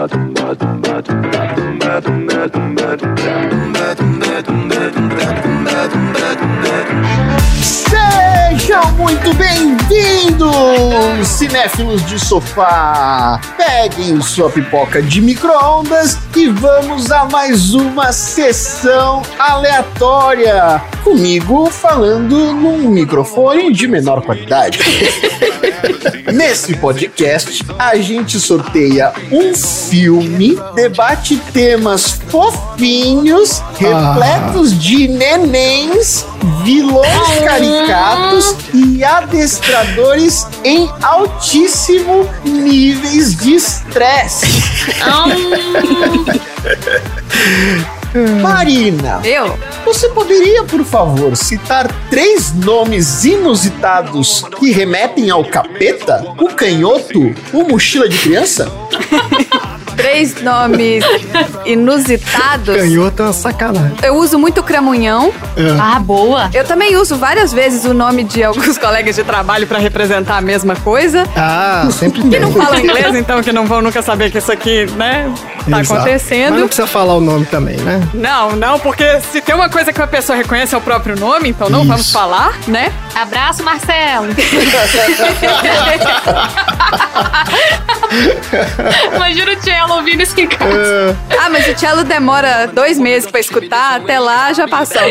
Sejam muito bem-vindos, cinéfilos de sofá! Peguem sua pipoca de micro-ondas e vamos a mais uma sessão aleatória. Comigo falando num microfone de menor qualidade. Nesse podcast, a gente sorteia um filme, debate temas fofinhos, repletos de nenéns, vilões caricatos e adestradores em altíssimo níveis de estresse. Marina, você poderia, por favor, citar 3 nomes inusitados que remetem ao capeta, o canhoto, o mochila de criança? 3 nomes inusitados. Canhoto é uma sacanagem. Eu uso muito cramunhão. Ah, boa. Eu também uso várias vezes o nome de alguns colegas de trabalho pra representar a mesma coisa. Ah, sempre tem. Que não falam inglês, então que não vão nunca saber que isso aqui, né, tá acontecendo. Mas não precisa falar o nome também, né? Não, porque se tem uma coisa que uma pessoa reconhece é o próprio nome, então não vamos falar, né? Abraço, Marcelo. Imagina o Cello ouvindo esse caso. Ah, mas o Cello demora 2 meses pra escutar, até lá já passou.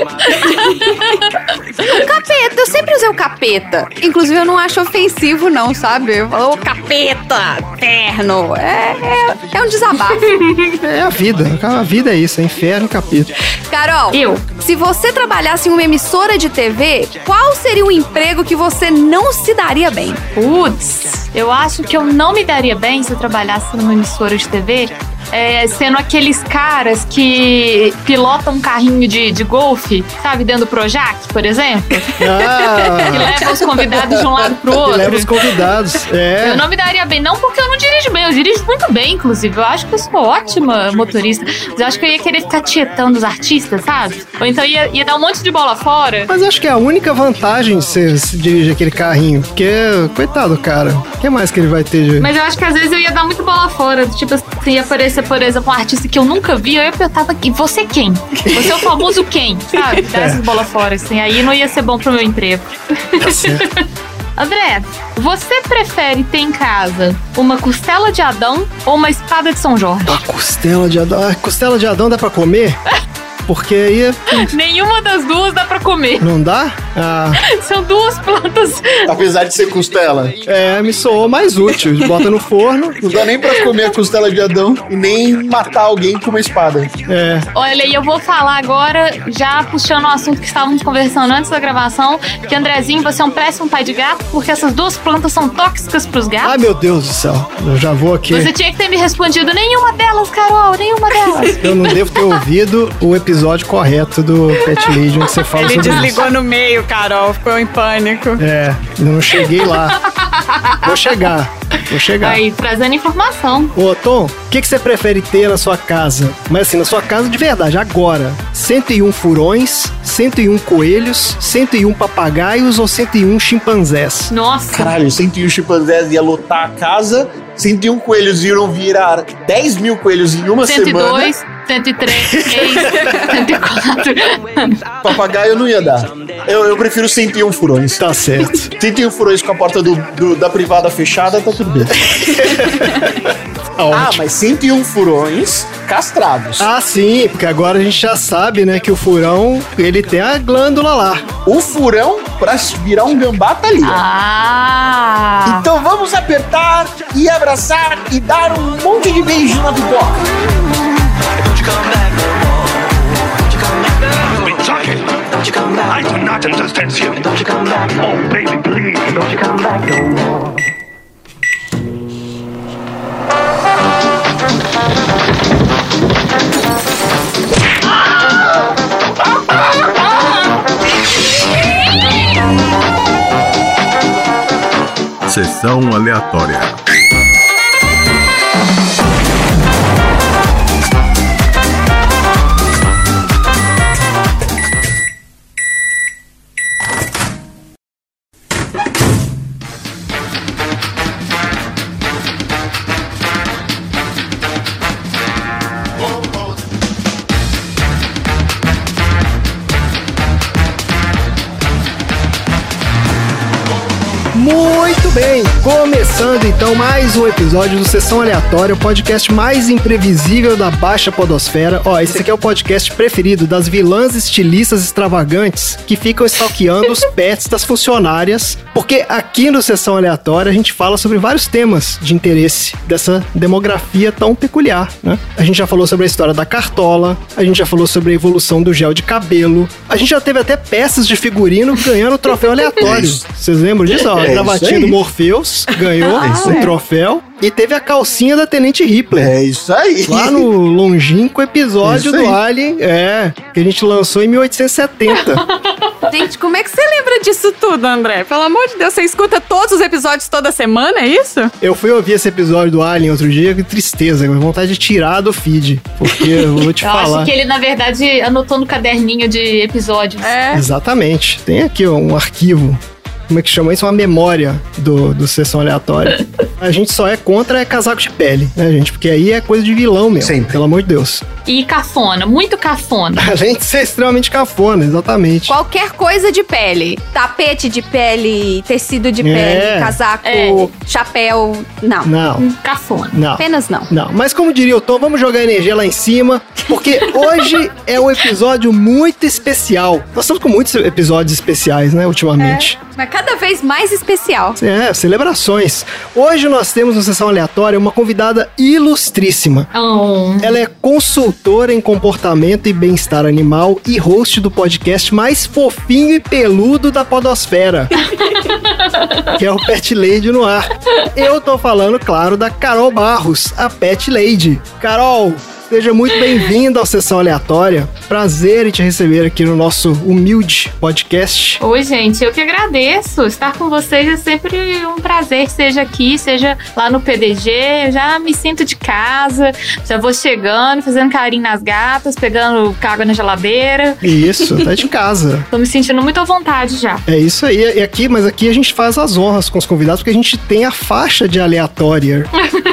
O capeta, eu sempre usei o capeta. Inclusive eu não acho ofensivo não, sabe? O capeta, terno, é um desabafo. É a vida é isso, é inferno e capeta. Carol, se você trabalhasse em uma emissora de TV, qual seria o emprego que você não se daria bem? Putz, eu acho que eu não me daria bem se eu trabalhasse numa emissora de TV, sendo aqueles caras que pilotam um carrinho de golfe, sabe, dentro do Projac, por exemplo. Que levam os convidados de um lado pro outro. Que leva os convidados, Eu não me daria bem, não porque eu não dirijo bem, eu dirijo muito bem, inclusive. Eu acho que eu sou ótima motorista, mas eu acho que eu ia querer ficar tietando os artistas, sabe? Ou então ia dar um monte de bola fora. Mas acho que é a única vantagem de você dirigir aquele carrinho, porque, coitado, cara, o que mais que ele vai ter? Mas eu acho que às vezes eu ia dar muito bola fora, tipo assim, ia aparecer, por exemplo, um artista que eu nunca vi, eu ia perguntar, e você quem? Você é o famoso quem? Sabe? Dar essas bolas fora, assim, aí não ia ser bom pro meu emprego. Tá certo. André, você prefere ter em casa uma costela de Adão ou uma espada de São Jorge? A costela de Adão. A costela de Adão dá pra comer? Porque aí... Nenhuma das duas dá pra comer. Não dá? São 2 plantas. Apesar de ser costela. Me soou mais útil. Bota no forno. Não dá nem pra comer a costela de Adão e nem matar alguém com uma espada. Olha, e eu vou falar agora, já puxando o assunto que estávamos conversando antes da gravação, que, Andrezinho, você é um péssimo pai de gato, porque essas 2 plantas são tóxicas pros gatos. Ai, meu Deus do céu. Eu já vou aqui. Você tinha que ter me respondido, nenhuma delas, Carol, nenhuma delas. Eu não devo ter ouvido o episódio correto do Pet Legion que você fala sobre isso. Ele desligou no meio, Carol, ficou em pânico. Não cheguei lá. Vou chegar. Aí, trazendo informação. Ô, Tom, o que você prefere ter na sua casa? Mas assim, na sua casa de verdade, agora. 101 furões, 101 coelhos, 101 papagaios ou 101 chimpanzés? Nossa. Caralho, 101 chimpanzés ia lotar a casa, 101 coelhos iam virar 10 mil coelhos em uma 102, semana. 103, 104. Papagaio não ia dar. Eu prefiro 101 furões. Tá certo. 101 furões com a porta da privada fechada, tá tudo bem. Mas 101 furões castrados. Sim, porque agora a gente já sabe, né, que o furão, ele tem a glândula lá. O furão, pra virar um gambá, tá ali. Então vamos apertar e abraçar e dar um monte de beijo na pipoca. I do not understand you. Oh, baby, please. Don't you come back no more. Sessão aleatória. bem, começando então mais um episódio do Sessão Aleatória, o podcast mais imprevisível da baixa podosfera. Ó, esse aqui é o podcast preferido das vilãs estilistas extravagantes que ficam stalkeando os pets das funcionárias, porque aqui no Sessão Aleatória a gente fala sobre vários temas de interesse dessa demografia tão peculiar, né? A gente já falou sobre a história da cartola, a gente já falou sobre a evolução do gel de cabelo, a gente já teve até peças de figurino ganhando o troféu aleatório. Vocês lembram disso? Ó, a gravatinha do Morpheus ganhou o troféu. E teve a calcinha da Tenente Ripley. É isso aí. Lá no longínquo episódio do Alien, que a gente lançou em 1870. Gente, como é que você lembra disso tudo, André? Pelo amor de Deus, você escuta todos os episódios toda semana, é isso? Eu fui ouvir esse episódio do Alien outro dia, que tristeza, com vontade de tirar do feed. Porque eu vou te falar. Eu acho que ele, na verdade, anotou no caderninho de episódios. Exatamente. Tem aqui um arquivo. Como é que chama isso? Uma memória do Sessão Aleatória. A gente só é contra casaco de pele, né, gente? Porque aí é coisa de vilão mesmo. Sempre. Pelo amor de Deus. E cafona, muito cafona. Além de ser extremamente cafona, exatamente. Qualquer coisa de pele. Tapete de pele, tecido de pele, casaco, chapéu. Não. Não. Cafona. Não. Apenas não. Não, mas como diria o Tom, vamos jogar energia lá em cima, porque hoje é um episódio muito especial. Nós estamos com muitos episódios especiais, né, ultimamente. Mas cada vez mais especial. Celebrações. Hoje nós temos na Sessão Aleatória uma convidada ilustríssima. Ela é consultora em comportamento e bem-estar animal e host do podcast mais fofinho e peludo da podosfera. Que é o Pet Lady no ar. Eu tô falando, claro, da Carol Barros, a Pet Lady. Carol, seja muito bem-vinda ao Sessão Aleatória. Prazer em te receber aqui no nosso humilde podcast. Oi, gente, eu que agradeço. Estar com vocês é sempre um prazer, seja aqui, seja lá no PDG. Eu já me sinto de casa, já vou chegando, fazendo carinho nas gatas, pegando água na geladeira. Isso, tá de casa. Tô me sentindo muito à vontade já. É isso aí. Mas aqui a gente faz as honras com os convidados, porque a gente tem a faixa de aleatória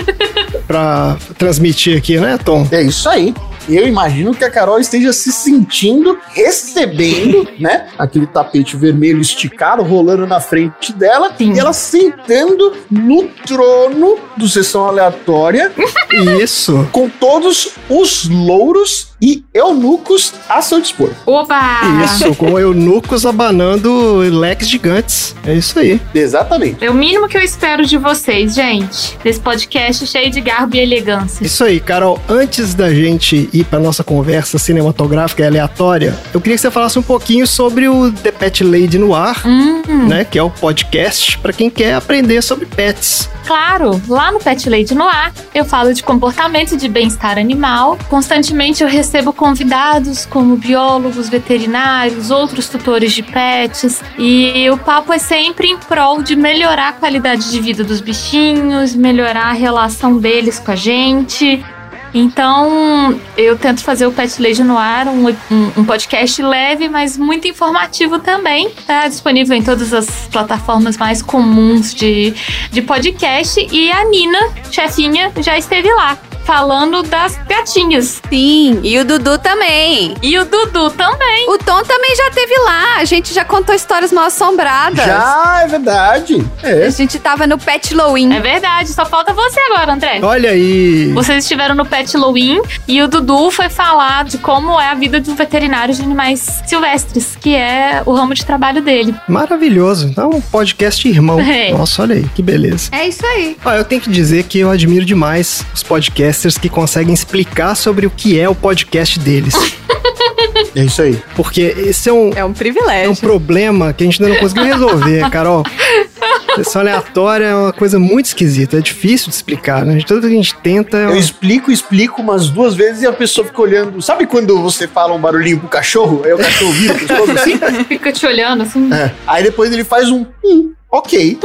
pra transmitir aqui, né, Tom? É isso aí. Eu imagino que a Carol esteja se sentindo, recebendo, né? Aquele tapete vermelho esticado rolando na frente dela. Sim. E ela sentando no trono do Sessão Aleatória. Isso. Com todos os louros e eunucos a seu dispor. Oba! Isso, com eunucos abanando leques gigantes. É isso aí. Exatamente. É o mínimo que eu espero de vocês, gente. Desse podcast cheio de garbo e elegância. Isso aí, Carol. Antes da gente ir pra nossa conversa cinematográfica e aleatória, eu queria que você falasse um pouquinho sobre o The Pet Lady no ar, né? Que é o podcast pra quem quer aprender sobre pets. Claro, lá no Pet Lady no ar, eu falo de comportamento e de bem-estar animal. Constantemente eu recebo convidados como biólogos, veterinários, outros tutores de pets. E o papo é sempre em prol de melhorar a qualidade de vida dos bichinhos, melhorar a relação deles com a gente. Então, eu tento fazer o Pet Lady no ar, um podcast leve, mas muito informativo também. Tá disponível em todas as plataformas mais comuns de podcast. E a Nina, chefinha, já esteve lá, falando das gatinhas. Sim, e o Dudu também. E o Dudu também. O Tom também já esteve lá. A gente já contou histórias mal assombradas. Já, é verdade. A gente tava no Pet Halloween. É verdade, só falta você agora, André. Olha aí. Vocês estiveram no Pet Halloween e o Dudu foi falar de como é a vida de um veterinário de animais silvestres, que é o ramo de trabalho dele. Maravilhoso. Então, um podcast irmão. Nossa, olha aí, que beleza. É isso aí. Eu tenho que dizer que eu admiro demais os podcasters que conseguem explicar sobre o que é o podcast deles. É isso aí. Porque esse é um privilégio. É um problema que a gente ainda não conseguiu resolver, Carol. Sessão aleatória é uma coisa muito esquisita, é difícil de explicar, né? Tudo que a gente tenta... Eu explico umas 2 vezes e a pessoa fica olhando. Sabe quando você fala um barulhinho pro cachorro? Aí o cachorro vira o pescoço assim? Fica te olhando assim. Aí depois ele faz um... ok.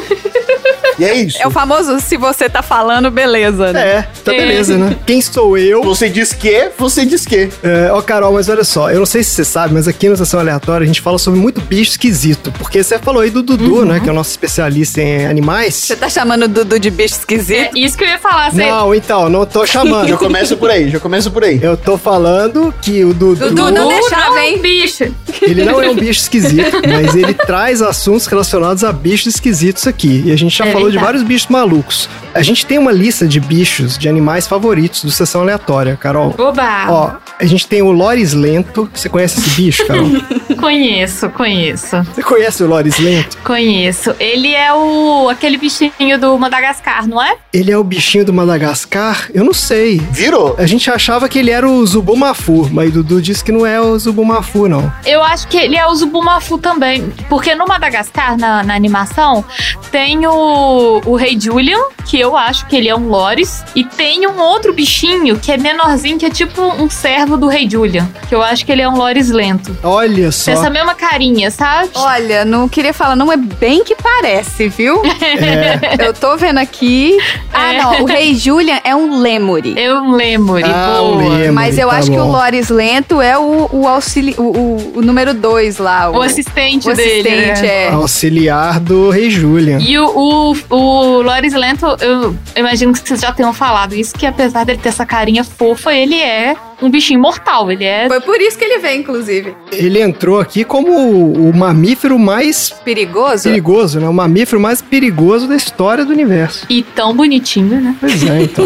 E é isso. É o famoso, se você tá falando, beleza, né? Tá beleza, né? Quem sou eu? Você diz que, você diz que. Carol, mas olha só, eu não sei se você sabe, mas aqui na Sessão Aleatória a gente fala sobre muito bicho esquisito. Porque você falou aí do Dudu, né? Que é o nosso especialista em animais. Você tá chamando o Dudu de bicho esquisito? Isso que eu ia falar. Não, então, não tô chamando. Já começa por aí. Eu tô falando que o Dudu... Dudu não deixava, hein? Bicho. Ele não é um bicho esquisito, mas ele traz assuntos relacionados a bichos esquisitos aqui. E a gente já falou de vários bichos malucos. A gente tem uma lista de bichos, de animais favoritos do Sessão Aleatória, Carol. Oba! Ó, a gente tem o Loris Lento. Você conhece esse bicho, Carol? Conheço. Você conhece o Loris Lento? Conheço. Ele é aquele bichinho do Madagascar, não é? Ele é o bichinho do Madagascar? Eu não sei. Virou? A gente achava que ele era o Zubumafu, mas o Dudu disse que não é o Zubumafu, não. Eu acho que ele é o Zubumafu também. Porque no Madagascar, na animação, tem o Rei Julian, que eu acho que ele é um Loris. E tem um outro bichinho que é menorzinho, que é tipo um servo do Rei Julian. Que eu acho que ele é um Loris Lento. Olha só. Tem essa mesma carinha, sabe? Olha, não queria falar, não é bem que parece, viu? Eu tô vendo aqui. Ah, não, o Rei Julian é um lêmure. É um lêmure, um lêmure, mas eu acho que o Loris Lento é o número 2 lá. O assistente o dele. Assistente, é. Auxiliar do Rei Julian. E o Loris Lento, eu imagino que vocês já tenham falado isso, que apesar dele ter essa carinha fofa, ele é um bichinho mortal, ele é... Foi por isso que ele veio, inclusive. Ele entrou aqui como o mamífero mais... Perigoso? Perigoso, né? O mamífero mais perigoso da história do universo. E tão bonitinho, né? Pois é, então.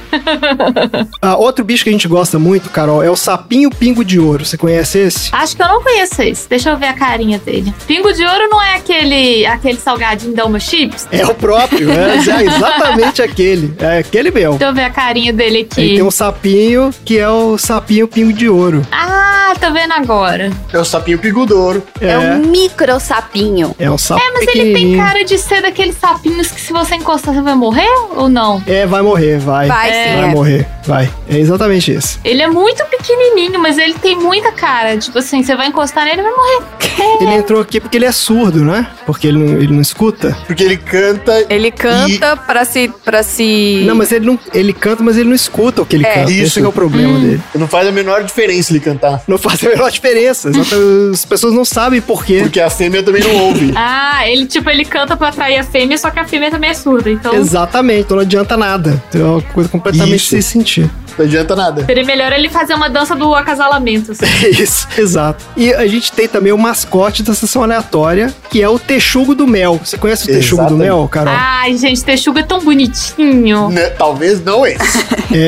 Outro bicho que a gente gosta muito, Carol, é o sapinho pingo de ouro. Você conhece esse? Acho que eu não conheço esse. Deixa eu ver a carinha dele. Pingo de ouro não é aquele salgadinho da Uma Chips? É o próprio, é exatamente aquele. É aquele mesmo. Deixa eu ver a carinha dele aqui. Ele tem um sapinho que é o sapinho pingo de ouro. Ah, tô vendo agora. É o sapinho pingudouro. É um micro sapinho. É um sapinho mas ele tem cara de ser daqueles sapinhos que se você encostar você vai morrer ou não? Vai morrer, vai. Vai sim. Vai morrer, vai. É exatamente isso. Ele é muito pequenininho, mas ele tem muita cara. Tipo assim, você vai encostar nele e vai morrer. Ele entrou aqui porque ele é surdo, né? Porque ele não escuta. Porque ele canta... Ele canta pra se... Não, mas ele canta, mas ele não escuta o que ele canta. Isso. Esse que é o problema dele. Não faz a menor diferença ele cantar. Não faz a menor diferença. As pessoas não sabem por quê. Porque a fêmea também não ouve. Ele canta pra atrair a fêmea, só que a fêmea também é surda, então... Exatamente, então não adianta nada. É uma coisa completamente sem sentido. Não adianta nada. Seria melhor ele fazer uma dança do acasalamento, assim. Isso, exato. E a gente tem também o mascote da Sessão Aleatória, que é o Texugo do Mel. Você conhece o Texugo do Mel, Carol? Ai, gente, Texugo é tão bonitinho. Talvez não esse.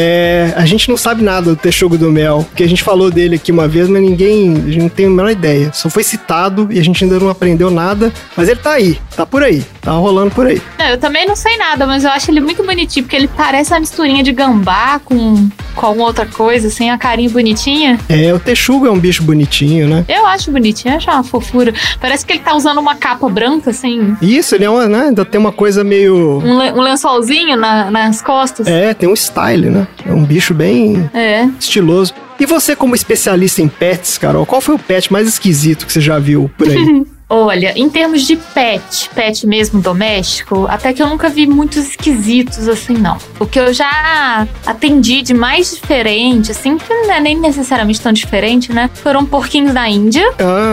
A gente não sabe nada do Texugo do Mel, porque a gente falou dele aqui uma vez, mas a gente não tem a menor ideia. Só foi citado e a gente ainda não aprendeu nada, mas ele tá aí, tá por aí, tá rolando por aí. Não, eu também não sei nada, mas eu acho ele muito bonitinho, porque ele parece uma misturinha de gambá com alguma outra coisa, assim, a carinha bonitinha. O Texugo é um bicho bonitinho, né? Eu acho bonitinho, eu acho uma fofura. Parece que ele tá usando uma capa branca, assim. Isso, ele é né? Ainda tem uma coisa meio... Um lençolzinho nas costas. Tem um style, né? É um bicho bem estiloso. E você, como especialista em pets, Carol, qual foi o pet mais esquisito que você já viu por aí? Olha, em termos de pet mesmo doméstico, até que eu nunca vi muitos esquisitos assim, não. O que eu já atendi de mais diferente, assim, que não é nem necessariamente tão diferente, né? Foram porquinhos da Índia.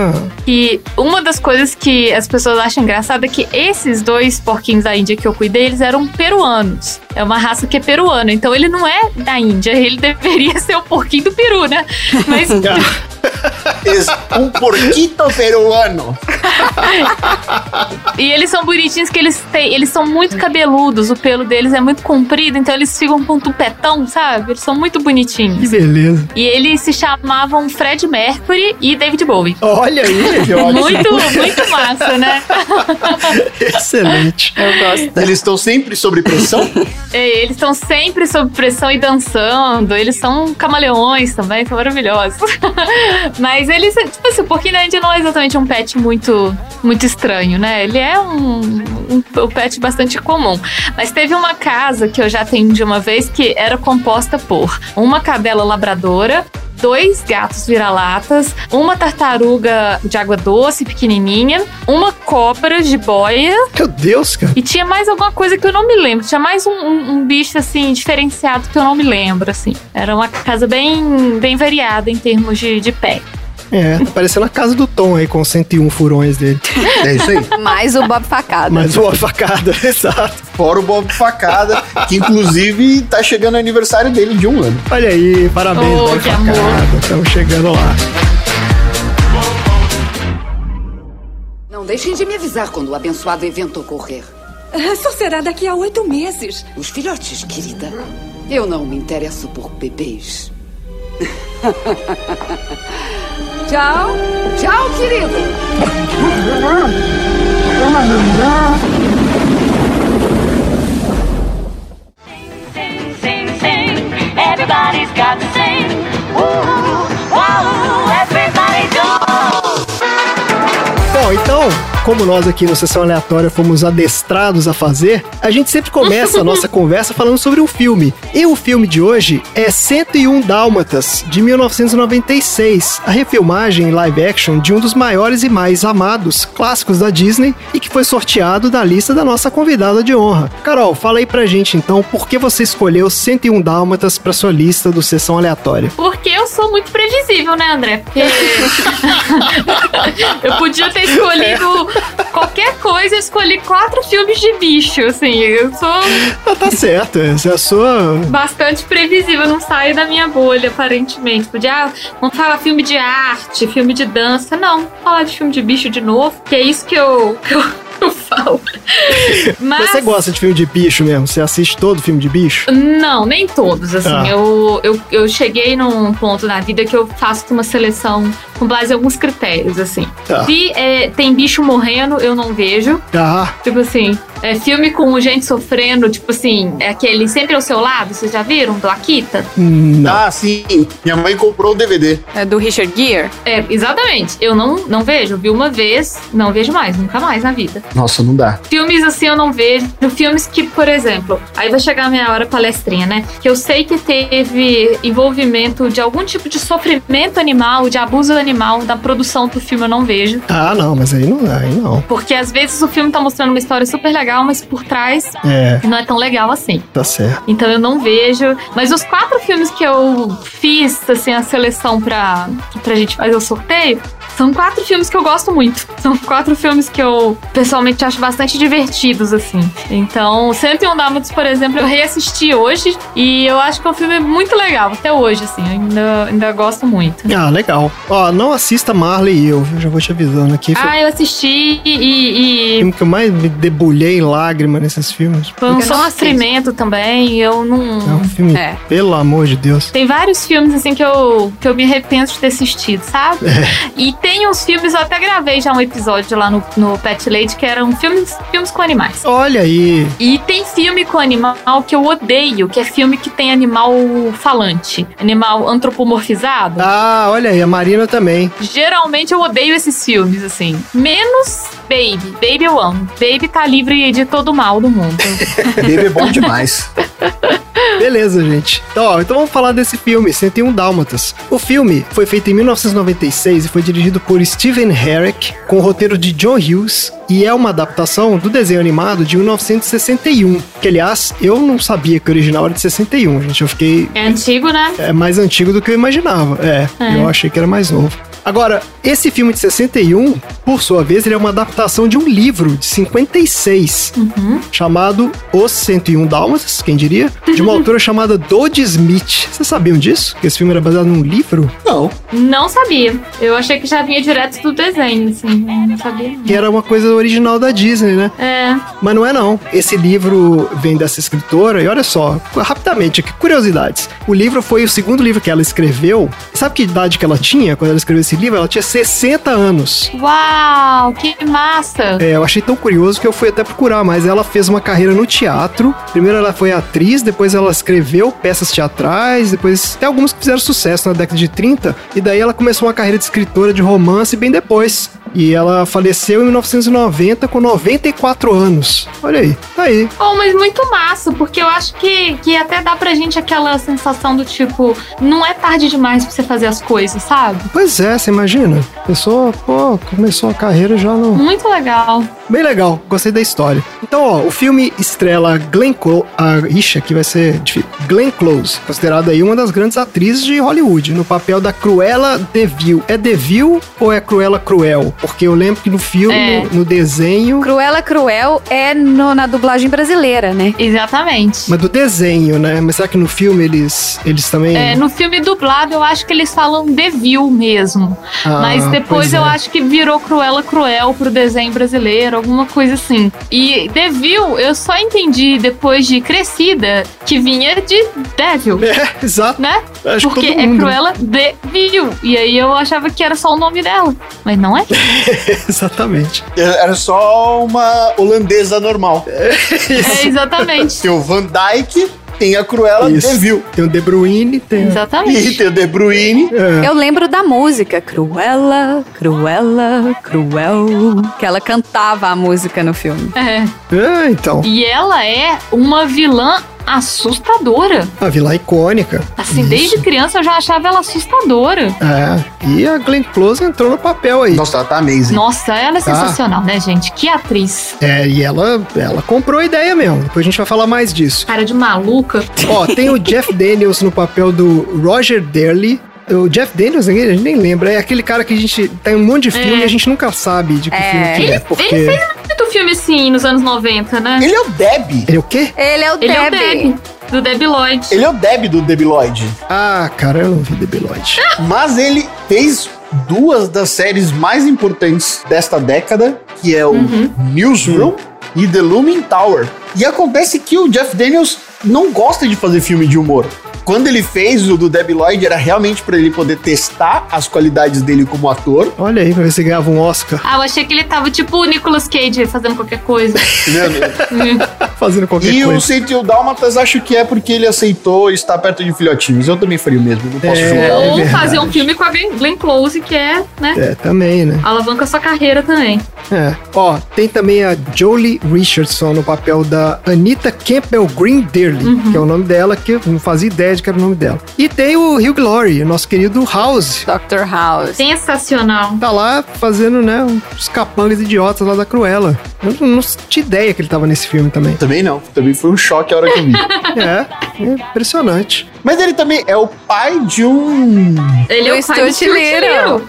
E uma das coisas que as pessoas acham engraçada é que esses 2 porquinhos da Índia que eu cuidei, eles eram peruanos. É uma raça que é peruana, então ele não é da Índia, ele deveria ser o porquinho do Peru, né? Mas... um porquito peruano. E eles são bonitinhos que eles são muito cabeludos, o pelo deles é muito comprido, então eles ficam com um tupetão, sabe? Eles são muito bonitinhos. Que beleza. E eles se chamavam Fred Mercury e David Bowie. Olha aí, que ótimo. Muito massa, né? Excelente. Eu gosto. Eles estão sempre sob pressão? Eles estão sempre sob pressão e dançando. Eles são camaleões também, são maravilhosos. Mas eles, tipo assim, o porquinho da Índia não é exatamente um pet muito estranho, né? Ele é um pet bastante comum. Mas teve uma casa que eu já atendi uma vez que era composta por uma cadela labradora, 2 gatos vira-latas, uma tartaruga de água doce pequenininha, uma cobra de boia. Meu Deus, cara. E tinha mais alguma coisa que eu não me lembro. Tinha mais um bicho, assim, diferenciado que eu não me lembro, assim. Era uma casa bem variada em termos de pet. Tá parecendo a casa do Tom aí, com 101 furões dele. É isso aí. Mais o Bob Facada. Mais o Bob Facada, exato. Fora o Bob Facada, que inclusive tá chegando o aniversário dele de 1 ano. Olha aí, parabéns, Bob que Facada. amor. Estamos chegando lá. deixem de me avisar quando o abençoado evento ocorrer. Só será daqui a 8 meses. Os filhotes, querida. Eu não me interesso por bebês. Tchau. Tchau, querido. Everybody's got to sing. Woo, wow, everybody go. Bom, então, como nós aqui no Sessão Aleatória fomos adestrados a fazer, a gente sempre começa a nossa conversa falando sobre um filme. E o filme de hoje é 101 Dálmatas, de 1996, a refilmagem em live action de um dos maiores e mais amados clássicos da Disney e que foi sorteado da lista da nossa convidada de honra. Carol, fala aí pra gente então, por que você escolheu 101 Dálmatas pra sua lista do Sessão Aleatória? Porque eu sou muito previsível, né, André? Porque eu podia ter escolhido qualquer coisa, eu escolhi 4 filmes de bicho, assim, eu sou... Tá certo, essa é a sua... Bastante previsível, não saio da minha bolha, aparentemente. Podia, vamos falar filme de arte, filme de dança, não, vamos falar de filme de bicho de novo, que é isso que eu falo. Mas você gosta de filme de bicho mesmo? Você assiste todo filme de bicho? Não, nem todos, assim. Eu cheguei num ponto na vida que eu faço uma seleção com base em alguns critérios, assim. Se tem bicho morrendo, eu não vejo. Tipo assim, filme com gente sofrendo, tipo assim, é aquele Sempre ao Seu Lado, vocês já viram? Do Akita? Não. Ah, sim. Minha mãe comprou o DVD. É do Richard Gere? É, exatamente. Eu não vejo. Vi uma vez, não vejo mais, nunca mais na vida. Nossa, não dá. Filmes assim eu não vejo. Filmes que, por exemplo, aí vai chegar a minha hora palestrinha, né? Que eu sei que teve envolvimento de algum tipo de sofrimento animal, de abuso animal na produção do filme, eu não vejo. Ah, não, mas aí não. Porque às vezes o filme tá mostrando uma história super legal, mas por trás não é tão legal assim. Tá certo. Então eu não vejo. Mas os 4 filmes que eu fiz, assim, a seleção pra gente fazer o sorteio, são 4 filmes que eu gosto muito. São 4 filmes que eu, pessoalmente, acho bastante divertidos, assim. Então, 101 Dálmatas, por exemplo, eu reassisti hoje e eu acho que é um filme muito legal, até hoje, assim. Eu ainda gosto muito. Ah, legal. Ó, não assista Marley e eu já vou te avisando aqui. Eu assisti O filme que eu mais me debulhei em lágrima nesses filmes. Foi um sofrimento também, eu não... É um filme, pelo amor de Deus. Tem vários filmes, assim, que eu me arrependo de ter assistido, sabe? E tem uns filmes, eu até gravei já um episódio lá no Pet Lady, que eram filmes com animais. Olha aí. E tem filme com animal que eu odeio, que é filme que tem animal falante, animal antropomorfizado. Ah, olha aí, a Marina também. Geralmente eu odeio esses filmes, assim. Menos Baby. Baby eu amo. Baby tá livre de todo o mal do mundo. Baby é bom demais. Beleza, gente. Então vamos falar desse filme, 101 Dálmatas. O filme foi feito em 1996 e foi dirigido por Steven Herrick, com o roteiro de John Hughes, e é uma adaptação do desenho animado de 1961, que, aliás, eu não sabia que o original era de 61, gente. Eu fiquei... É antigo, né? É mais antigo do que eu imaginava. Eu achei que era mais novo. Agora, esse filme de 61, por sua vez, ele é uma adaptação de um livro de 56, chamado Os 101 Dálmatas, quem diria? De uma autora chamada Dodie Smith. Vocês sabiam disso? Que esse filme era baseado num livro? Não sabia. Eu achei que já vinha direto do desenho, assim. Não sabia. Que era uma coisa original da Disney, né? Mas não é não. Esse livro vem dessa escritora, e olha só, rapidamente, que curiosidades. O livro foi o segundo livro que ela escreveu. Sabe que idade que ela tinha quando ela escreveu esse livro? Ela tinha 60 anos. Uau, que massa! Eu achei tão curioso que eu fui até procurar, mas ela fez uma carreira no teatro. Primeiro ela foi atriz, depois ela escreveu peças teatrais, depois tem alguns que fizeram sucesso na década de 30, e daí ela começou uma carreira de escritora de romance bem depois. E ela faleceu em 1990 com 94 anos. Olha aí, tá aí. Mas muito massa, porque eu acho que até dá pra gente aquela sensação do tipo, não é tarde demais pra você fazer as coisas, sabe? Pois é, você imagina? A pessoa, começou a carreira já no... Muito legal. Bem legal, gostei da história. Então, ó, o filme estrela Glenn Close. Ixi, aqui vai ser difícil. Glenn Close, considerada aí uma das grandes atrizes de Hollywood, no papel da Cruella DeVille. É DeVille ou é Cruella Cruel? Porque eu lembro que no filme, no desenho... Cruella Cruel é na dublagem brasileira, né? Exatamente. Mas do desenho, né? Mas será que no filme eles também... No filme dublado eu acho que eles falam DeVille mesmo. Mas depois eu acho que virou Cruella Cruel pro desenho brasileiro, alguma coisa assim. E DeVille eu só entendi depois de crescida que vinha de Devil. Exato. Né? Acho porque que é Cruella DeVille. E aí eu achava que era só o nome dela. Mas não é? Exatamente. Era só uma holandesa normal. Exatamente. Tem o Van Dyke, tem a Cruella DeVille. Tem o De Bruyne, Exatamente. E tem o De Bruyne. Eu lembro da música Cruella, Cruella, Cruel, que ela cantava a música no filme. Então. E ela é uma vilã assustadora. A vilã icônica. Assim, desde criança eu já achava ela assustadora. E a Glenn Close entrou no papel aí. Nossa, ela tá amazing. Nossa, ela é sensacional, né, gente? Que atriz. E ela comprou a ideia mesmo. Depois a gente vai falar mais disso. Cara de maluca. Ó, tem o Jeff Daniels no papel do Roger Darley. O Jeff Daniels, a gente nem lembra. É aquele cara que a gente tem um monte de filme e a gente nunca sabe de que filme que é. Porque... Ele fez muito filme assim nos anos 90, né? Ele é o Deb. Ele é o quê? Ele é o Ele é o Deb. Deb, do Debi Lloyd. Ele é o Deb do Debi Lloyd. Cara, eu não vi Debi Lloyd. Mas ele fez duas das séries mais importantes desta década, que é o Newsroom e The Looming Tower. E acontece que o Jeff Daniels não gosta de fazer filme de humor. Quando ele fez o do Debi Lloyd, era realmente pra ele poder testar as qualidades dele como ator. Olha aí, pra ver se ganhava um Oscar. Eu achei que ele tava tipo o Nicolas Cage fazendo qualquer coisa. Fazendo qualquer coisa. E o 101 Dálmatas, acho que é porque ele aceitou estar perto de filhotinhos. Eu também faria o mesmo, não posso julgar. Ou fazer um filme com a Glenn Close, que é, né? Também, né? Alavanca sua carreira também. Ó, tem também a Jolie Richardson no papel da Anita Campbell Green Dearly, que é o nome dela, que eu não fazia ideia de que era o nome dela. E tem o Hugh Laurie, nosso querido House. Dr. House. Sensacional. Tá lá fazendo, né, os capangas idiotas lá da Cruella. Eu não tinha ideia que ele tava nesse filme também. Também não. Também foi um choque a hora que eu vi. Impressionante. Mas ele também é o pai de um... Ele é o pai do Stuart Little.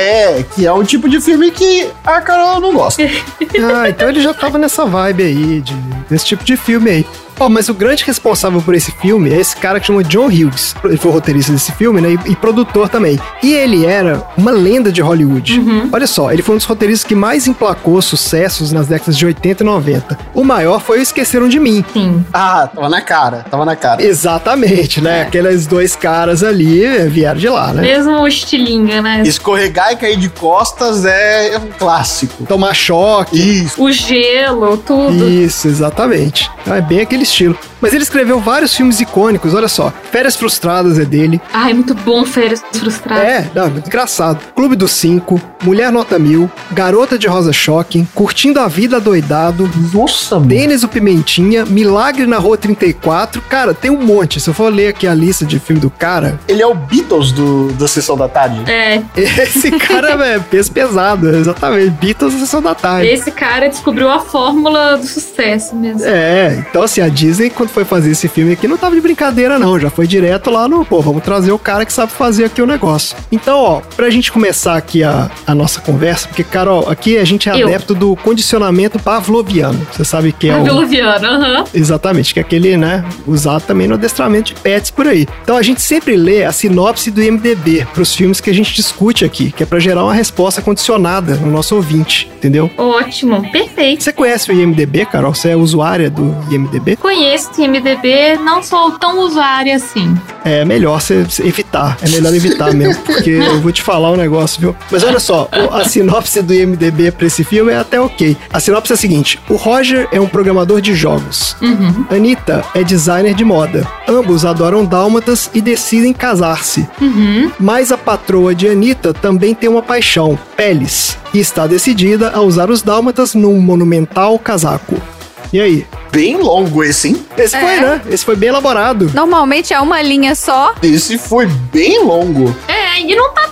Que é um tipo de filme que a Carol não gosta. Então ele já tava nessa vibe aí, desse tipo de filme aí. Mas o grande responsável por esse filme é esse cara que chama John Hughes. Ele foi o roteirista desse filme, né? E produtor também. E ele era uma lenda de Hollywood. Olha só, ele foi um dos roteiristas que mais emplacou sucessos nas décadas de 80 e 90. O maior foi o Esqueceram de Mim. Sim. Tava na cara. Exatamente, né? Aqueles dois caras ali vieram de lá, né? Mesmo estilinga, né? Escorregar e cair de costas é um clássico. Tomar choque. Isso. O gelo, tudo. Isso, exatamente. É bem aquele estilo. Mas ele escreveu vários filmes icônicos, olha só. Férias Frustradas é dele. Ai, muito bom Férias Frustradas. Muito engraçado. Clube dos 5, Mulher Nota 1000, Garota de Rosa Choque, Curtindo a Vida Adoidado. Nossa, mano. Denis o Pimentinha, Milagre na Rua 34. Cara, tem um monte. Se eu for ler aqui a lista de filme do cara... Ele é o Beatles da Sessão da Tarde. Esse cara é peso pesado, exatamente. Beatles da Sessão da Tarde. Esse cara descobriu a fórmula do sucesso mesmo. Então assim, a Disney, quando foi fazer esse filme aqui, não tava de brincadeira não, já foi direto lá no, vamos trazer o cara que sabe fazer aqui o negócio. Então, ó, pra gente começar aqui a nossa conversa, porque, cara, ó, aqui a gente é adepto do condicionamento pavloviano, você sabe que é Pavloviano, Exatamente, que é aquele, né, usado também no adestramento de pets por aí. Então a gente sempre lê a sinopse do IMDb pros filmes que a gente discute aqui, que é pra gerar uma resposta condicionada no nosso ouvinte, entendeu? Ótimo, perfeito. Você conhece o IMDb, Carol? Você é usuária do IMDb? Conheço o IMDb, não sou tão usuária assim. É melhor você evitar, mesmo, porque eu vou te falar um negócio, viu? Mas olha só, a sinopse do IMDb pra esse filme é até ok. A sinopse é a seguinte: o Roger é um programador de jogos. Anita é designer de moda. Ambos adoram dálmatas e decidem casar-se. Mas a patroa de Anita também tem uma paixão, peles, e está decidida a usar os dálmatas num monumental casaco. E aí? Bem longo esse, hein? Esse foi, né? Esse foi bem elaborado. Normalmente é uma linha só. Esse foi bem longo. E não tá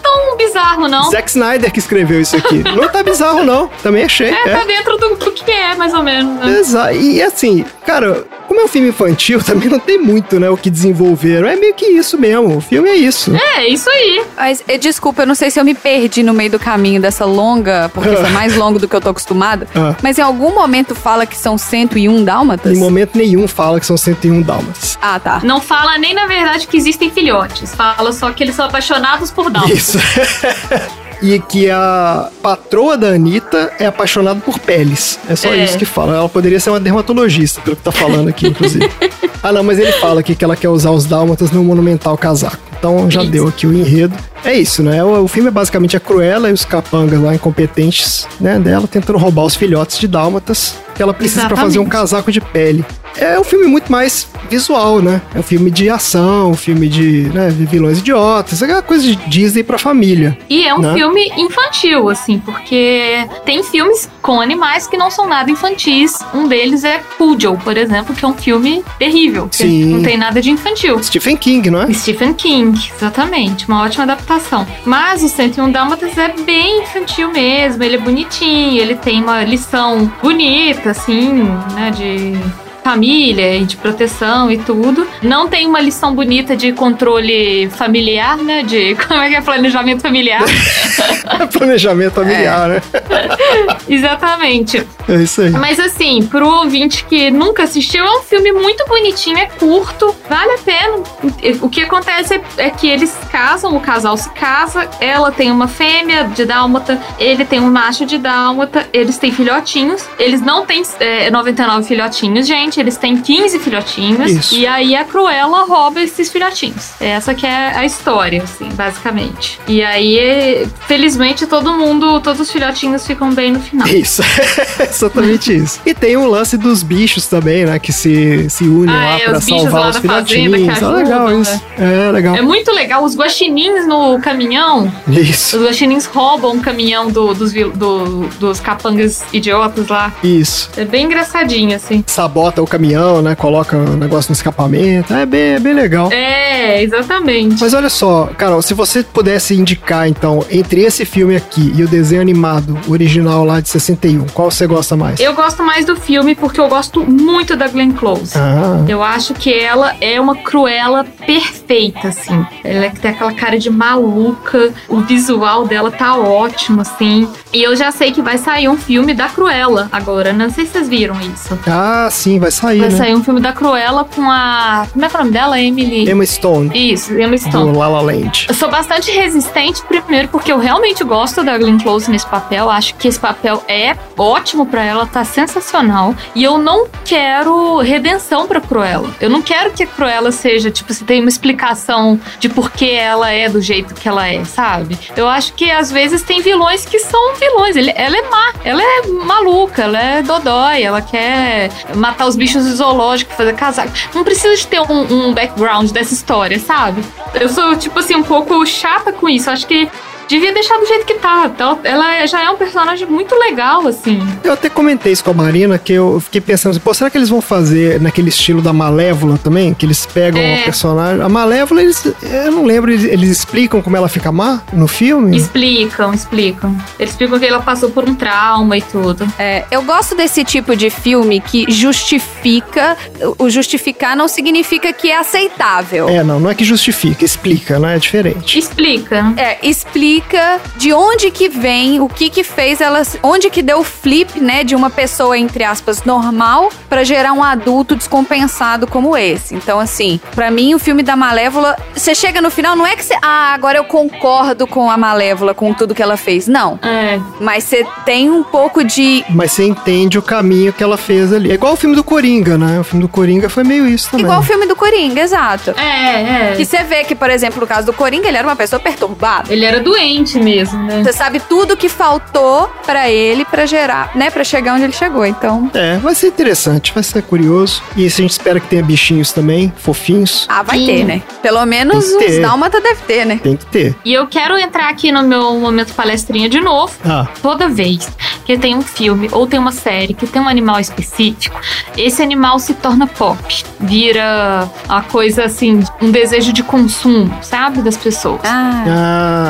tão bizarro, não. Zack Snyder que escreveu isso aqui. Não tá bizarro, não. Também achei. Tá dentro do que é, mais ou menos. Né? Exato. E assim, cara, como é um filme infantil, também não tem muito, né, o que desenvolveram. É meio que isso mesmo. O filme é isso. É, isso aí. Mas, desculpa, eu não sei se eu me perdi no meio do caminho dessa longa, porque foi mais longo do que eu tô acostumada. Mas em algum momento fala que são 101 dálmatas? Em momento nenhum fala que são 101 dálmatas. Ah, tá. Não fala nem, na verdade, que existem filhotes. Fala só que eles são apaixonados por dálmatas. Isso. E que a patroa da Anitta é apaixonada por peles. É só isso que fala. Ela poderia ser uma dermatologista, pelo que tá falando aqui, inclusive. Não, mas ele fala aqui que ela quer usar os dálmatas no monumental casaco. Então já deu aqui o enredo. É isso, né? O filme é basicamente a Cruella e os capangas lá incompetentes, né, dela tentando roubar os filhotes de dálmatas que ela precisa pra fazer um casaco de pele. É um filme muito mais visual, né? É um filme de ação, um filme de, né, de vilões idiotas, é aquela coisa de Disney pra família. E é um filme infantil, assim, porque tem filmes com animais que não são nada infantis. Um deles é Cujo, por exemplo, que é um filme terrível. Sim. Não tem nada de infantil. Stephen King, não é? Stephen King, exatamente. Uma ótima adaptação. Mas o 101 Dálmatas é bem infantil mesmo. Ele é bonitinho, ele tem uma lição bonita, assim, né, de família e de proteção e tudo. Não tem uma lição bonita de controle familiar, né? De como é que é planejamento familiar. Planejamento familiar, né? Exatamente. É isso aí. Mas assim, pro ouvinte que nunca assistiu, é um filme muito bonitinho, é curto, vale a pena. O que acontece é que eles casam, o casal se casa, ela tem uma fêmea de dálmata, ele tem um macho de dálmata, eles têm filhotinhos, eles não têm 99 filhotinhos, gente, eles têm 15 filhotinhos. Isso. E aí a Cruella rouba esses filhotinhos. Essa que é a história, assim, basicamente. E aí, felizmente, todos os filhotinhos ficam bem no final. Isso, exatamente isso. E tem o lance dos bichos também, né, que se unem lá pra salvar os filhotinhos. É legal isso. É legal. É muito legal. Os guaxinins no caminhão. Isso. Os guaxinins roubam o caminhão dos capangas idiotas lá. Isso. É bem engraçadinho, assim. Sabota o caminhão, né? Coloca um negócio no escapamento. É bem legal. É, exatamente. Mas olha só, Carol, se você pudesse indicar, então, entre esse filme aqui e o desenho animado original lá de 61, qual você gosta mais? Eu gosto mais do filme porque eu gosto muito da Glenn Close. Eu acho que ela é uma Cruella perfeita, assim. Ela tem aquela cara de maluca, o visual dela tá ótimo, assim. E eu já sei que vai sair um filme da Cruella agora. Não sei se vocês viram isso. Sim, vai sair, Vai sair um filme da Cruella com a... Como é que é o nome dela? Emma Stone. Isso, Emma Stone. Do La La Land. Eu sou bastante resistente, primeiro, porque eu realmente gosto da Glenn Close nesse papel. Acho que esse papel é ótimo pra ela, tá sensacional. E eu não quero redenção pra Cruella. Eu não quero que a Cruella seja, tipo, se tem uma explicação de por que ela é do jeito que ela é, sabe? Eu acho que, às vezes, tem vilões que são vilões. Ela é má, ela é maluca, ela é dodói, ela quer matar os bichos do zoológico, fazer casaco. Não precisa de ter um background dessa história, sabe? Eu sou, tipo assim, um pouco chata com isso. Acho que devia deixar do jeito que tá. Ela já é um personagem muito legal, assim. Eu até comentei isso com a Marina, que eu fiquei pensando assim, pô, será que eles vão fazer naquele estilo da Malévola também? Que eles pegam a personagem... A Malévola, eu não lembro, eles explicam como ela fica má no filme? Explicam. Eles explicam que ela passou por um trauma e tudo. Eu gosto desse tipo de filme que justifica. O justificar não significa que é aceitável. Não é que justifica, explica, né? É diferente. Explica de onde que vem, o que fez ela, onde que deu o flip, né, de uma pessoa, entre aspas, normal, pra gerar um adulto descompensado como esse. Então, assim, pra mim, o filme da Malévola, você chega no final, não é que você, agora eu concordo com a Malévola, com tudo que ela fez. Não. Mas você tem um pouco de... Mas você entende o caminho que ela fez ali. É igual o filme do Coringa, né? O filme do Coringa foi meio isso também. Igual o filme do Coringa, exato. Que você vê que, por exemplo, no caso do Coringa, ele era uma pessoa perturbada. Ele era doente mesmo, né? Você sabe tudo que faltou pra ele pra gerar, né? Pra chegar onde ele chegou, então... Vai ser interessante, vai ser curioso. E a gente espera que tenha bichinhos também, fofinhos. Vai ter, né? Pelo menos os dálmata deve ter, né? Tem que ter. E eu quero entrar aqui no meu momento palestrinha de novo. Toda vez que tem um filme ou tem uma série que tem um animal específico, esse animal se torna pop. Vira uma coisa assim, um desejo de consumo, sabe? Das pessoas. Tá.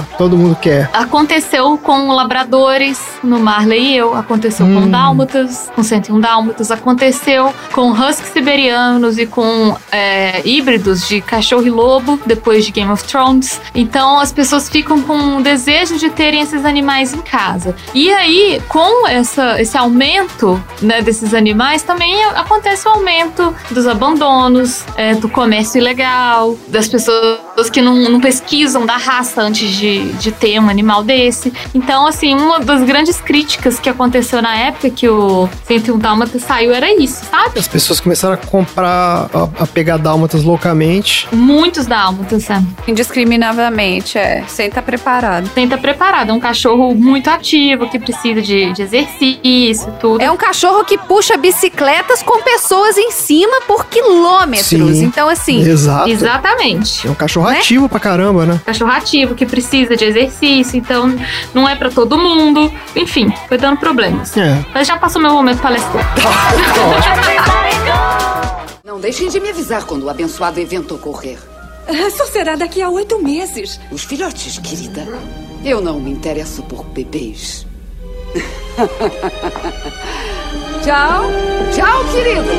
lá, todo mundo quer. Aconteceu com labradores no Marley e eu, aconteceu com dálmatas, com 101 dálmatas, aconteceu com husky siberianos e com híbridos de cachorro e lobo, depois de Game of Thrones. Então as pessoas ficam com o desejo de terem esses animais em casa. E aí, com esse aumento, né, desses animais, também acontece o aumento dos abandonos, do comércio ilegal, das pessoas que não pesquisam da raça antes de ter um animal desse. Então, assim, uma das grandes críticas que aconteceu na época que o 101 Dálmatas saiu era isso, sabe? As pessoas começaram a comprar, a pegar dálmatas loucamente. Muitos dálmatas, sabe? Indiscriminavelmente, sem estar preparado. Sem estar preparado. É um cachorro muito ativo, que precisa de exercício e tudo. É um cachorro que puxa bicicletas com pessoas em cima por quilômetros. Sim, então, assim... Exato. Exatamente. É um cachorro ativo pra caramba, né? Cachorro ativo, que precisa de exercício, então não é pra todo mundo. Enfim, foi dando problemas. Mas já passou meu momento palestrar. Não deixem de me avisar quando o abençoado evento ocorrer. Só será daqui a 8 meses. Os filhotes, querida. Eu não me interesso por bebês. Tchau. Tchau, querido.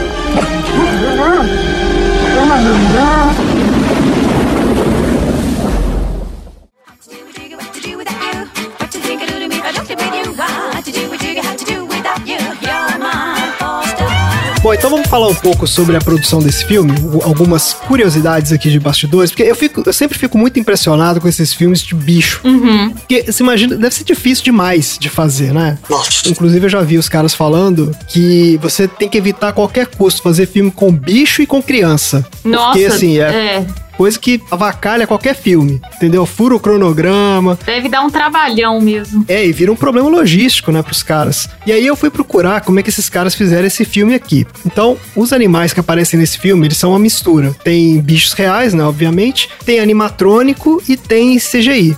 Bom, então vamos falar um pouco sobre a produção desse filme, algumas curiosidades aqui de bastidores, porque eu sempre fico muito impressionado com esses filmes de bicho. Porque, você imagina, deve ser difícil demais de fazer, né? Nossa. Inclusive, eu já vi os caras falando que você tem que evitar a qualquer custo fazer filme com bicho e com criança. Nossa, porque, assim, coisa que avacalha qualquer filme, entendeu? Fura o cronograma. Deve dar um trabalhão mesmo. E vira um problema logístico, né, pros caras. E aí eu fui procurar como é que esses caras fizeram esse filme aqui. Então, os animais que aparecem nesse filme, eles são uma mistura. Tem bichos reais, né, obviamente. Tem animatrônico e tem CGI.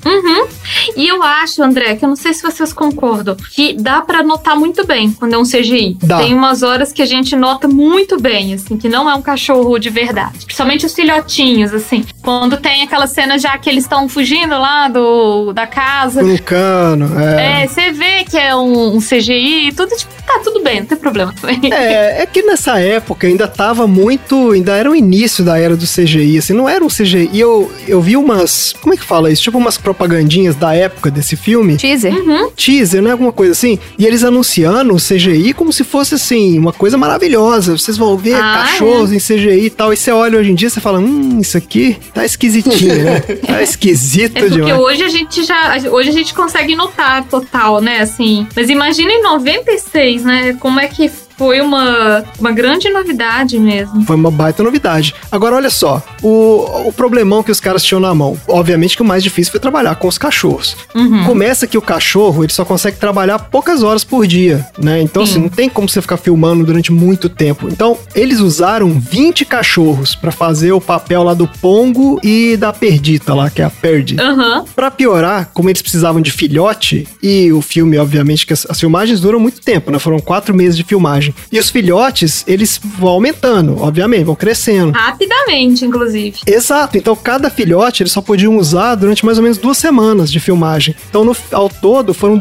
E eu acho, André, que eu não sei se vocês concordam, que dá pra notar muito bem quando é um CGI. Dá. Tem umas horas que a gente nota muito bem, assim, que não é um cachorro de verdade. Principalmente os filhotinhos, assim. Quando tem aquela cena já que eles estão fugindo lá da casa. No cano, você vê que é um CGI e tudo, tipo, tá tudo bem, não tem problema também. É que nessa época ainda tava muito, ainda era o início da era do CGI, assim, não era um CGI. E eu vi umas, como é que fala isso? Tipo umas propagandinhas da época desse filme. Teaser. Teaser, né? Alguma coisa assim. E eles anunciando o CGI como se fosse, assim, uma coisa maravilhosa. Vocês vão ver cachorros em CGI e tal. E você olha hoje em dia e você fala, isso aqui tá esquisitinho, né? Tá esquisito porque demais. Hoje a gente consegue notar total, né? Assim. Mas imagina em 96, né? Como é que foi uma grande novidade mesmo. Foi uma baita novidade. Agora, olha só, o problemão que os caras tinham na mão. Obviamente que o mais difícil foi trabalhar com os cachorros. Começa que o cachorro, ele só consegue trabalhar poucas horas por dia, né? Então, assim, não tem como você ficar filmando durante muito tempo. Então, eles usaram 20 cachorros pra fazer o papel lá do Pongo e da Perdita lá, que é a Perdi. Pra piorar, como eles precisavam de filhote, e o filme, obviamente, que as filmagens duram muito tempo, né? Foram 4 meses de filmagem. E os filhotes, eles vão aumentando, obviamente, vão crescendo. Rapidamente, inclusive. Exato. Então, cada filhote, eles só podiam usar durante mais ou menos 2 semanas de filmagem. Então, ao todo, foram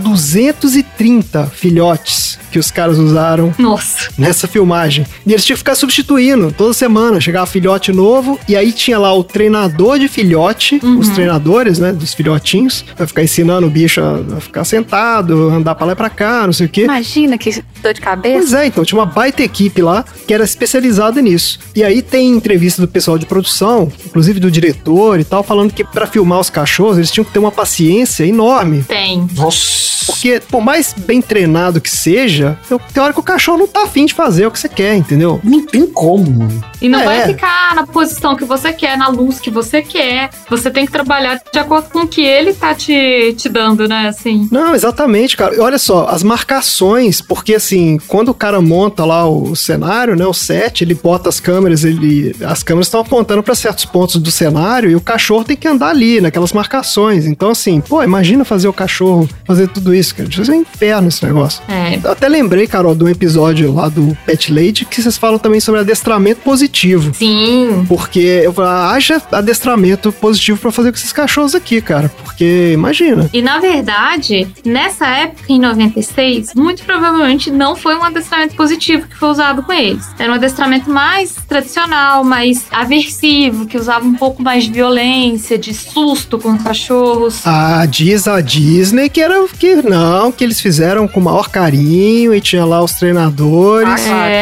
230 filhotes que os caras usaram nessa filmagem. E eles tinham que ficar substituindo toda semana. Chegava filhote novo, e aí tinha lá o treinador de filhote, os treinadores, né, dos filhotinhos, pra ficar ensinando o bicho a ficar sentado, andar pra lá e pra cá, não sei o quê. Imagina que dor de cabeça. Pois é, então tinha uma baita equipe lá que era especializada nisso. E aí tem entrevista do pessoal de produção, inclusive do diretor e tal, falando que pra filmar os cachorros eles tinham que ter uma paciência enorme. Tem. Nossa. Porque, por mais bem treinado que seja, tem hora que o cachorro não tá afim de fazer o que você quer, entendeu? Não tem como, mano. E não vai ficar na posição que você quer, na luz que você quer. Você tem que trabalhar de acordo com o que ele tá te dando, né, assim. Não, exatamente, cara. Olha só, as marcações, porque assim, quando o cara monta lá o cenário, né, o set, ele bota as câmeras, as câmeras estão apontando pra certos pontos do cenário e o cachorro tem que andar ali, naquelas marcações. Então, assim, imagina fazer o cachorro fazer tudo isso, cara. Isso é um inferno, esse negócio. Até lembrei, Carol, de um episódio lá do Pet Lady que vocês falam também sobre adestramento positivo. Sim. Porque eu falo, haja adestramento positivo pra fazer com esses cachorros aqui, cara. Porque, imagina. E, na verdade, nessa época, em 96, muito provavelmente não foi um adestramento positivo que foi usado com eles. Era um adestramento mais tradicional, mais aversivo, que usava um pouco mais de violência, de susto com os cachorros. Diz a Disney que era que eles fizeram com o maior carinho e tinha lá os treinadores.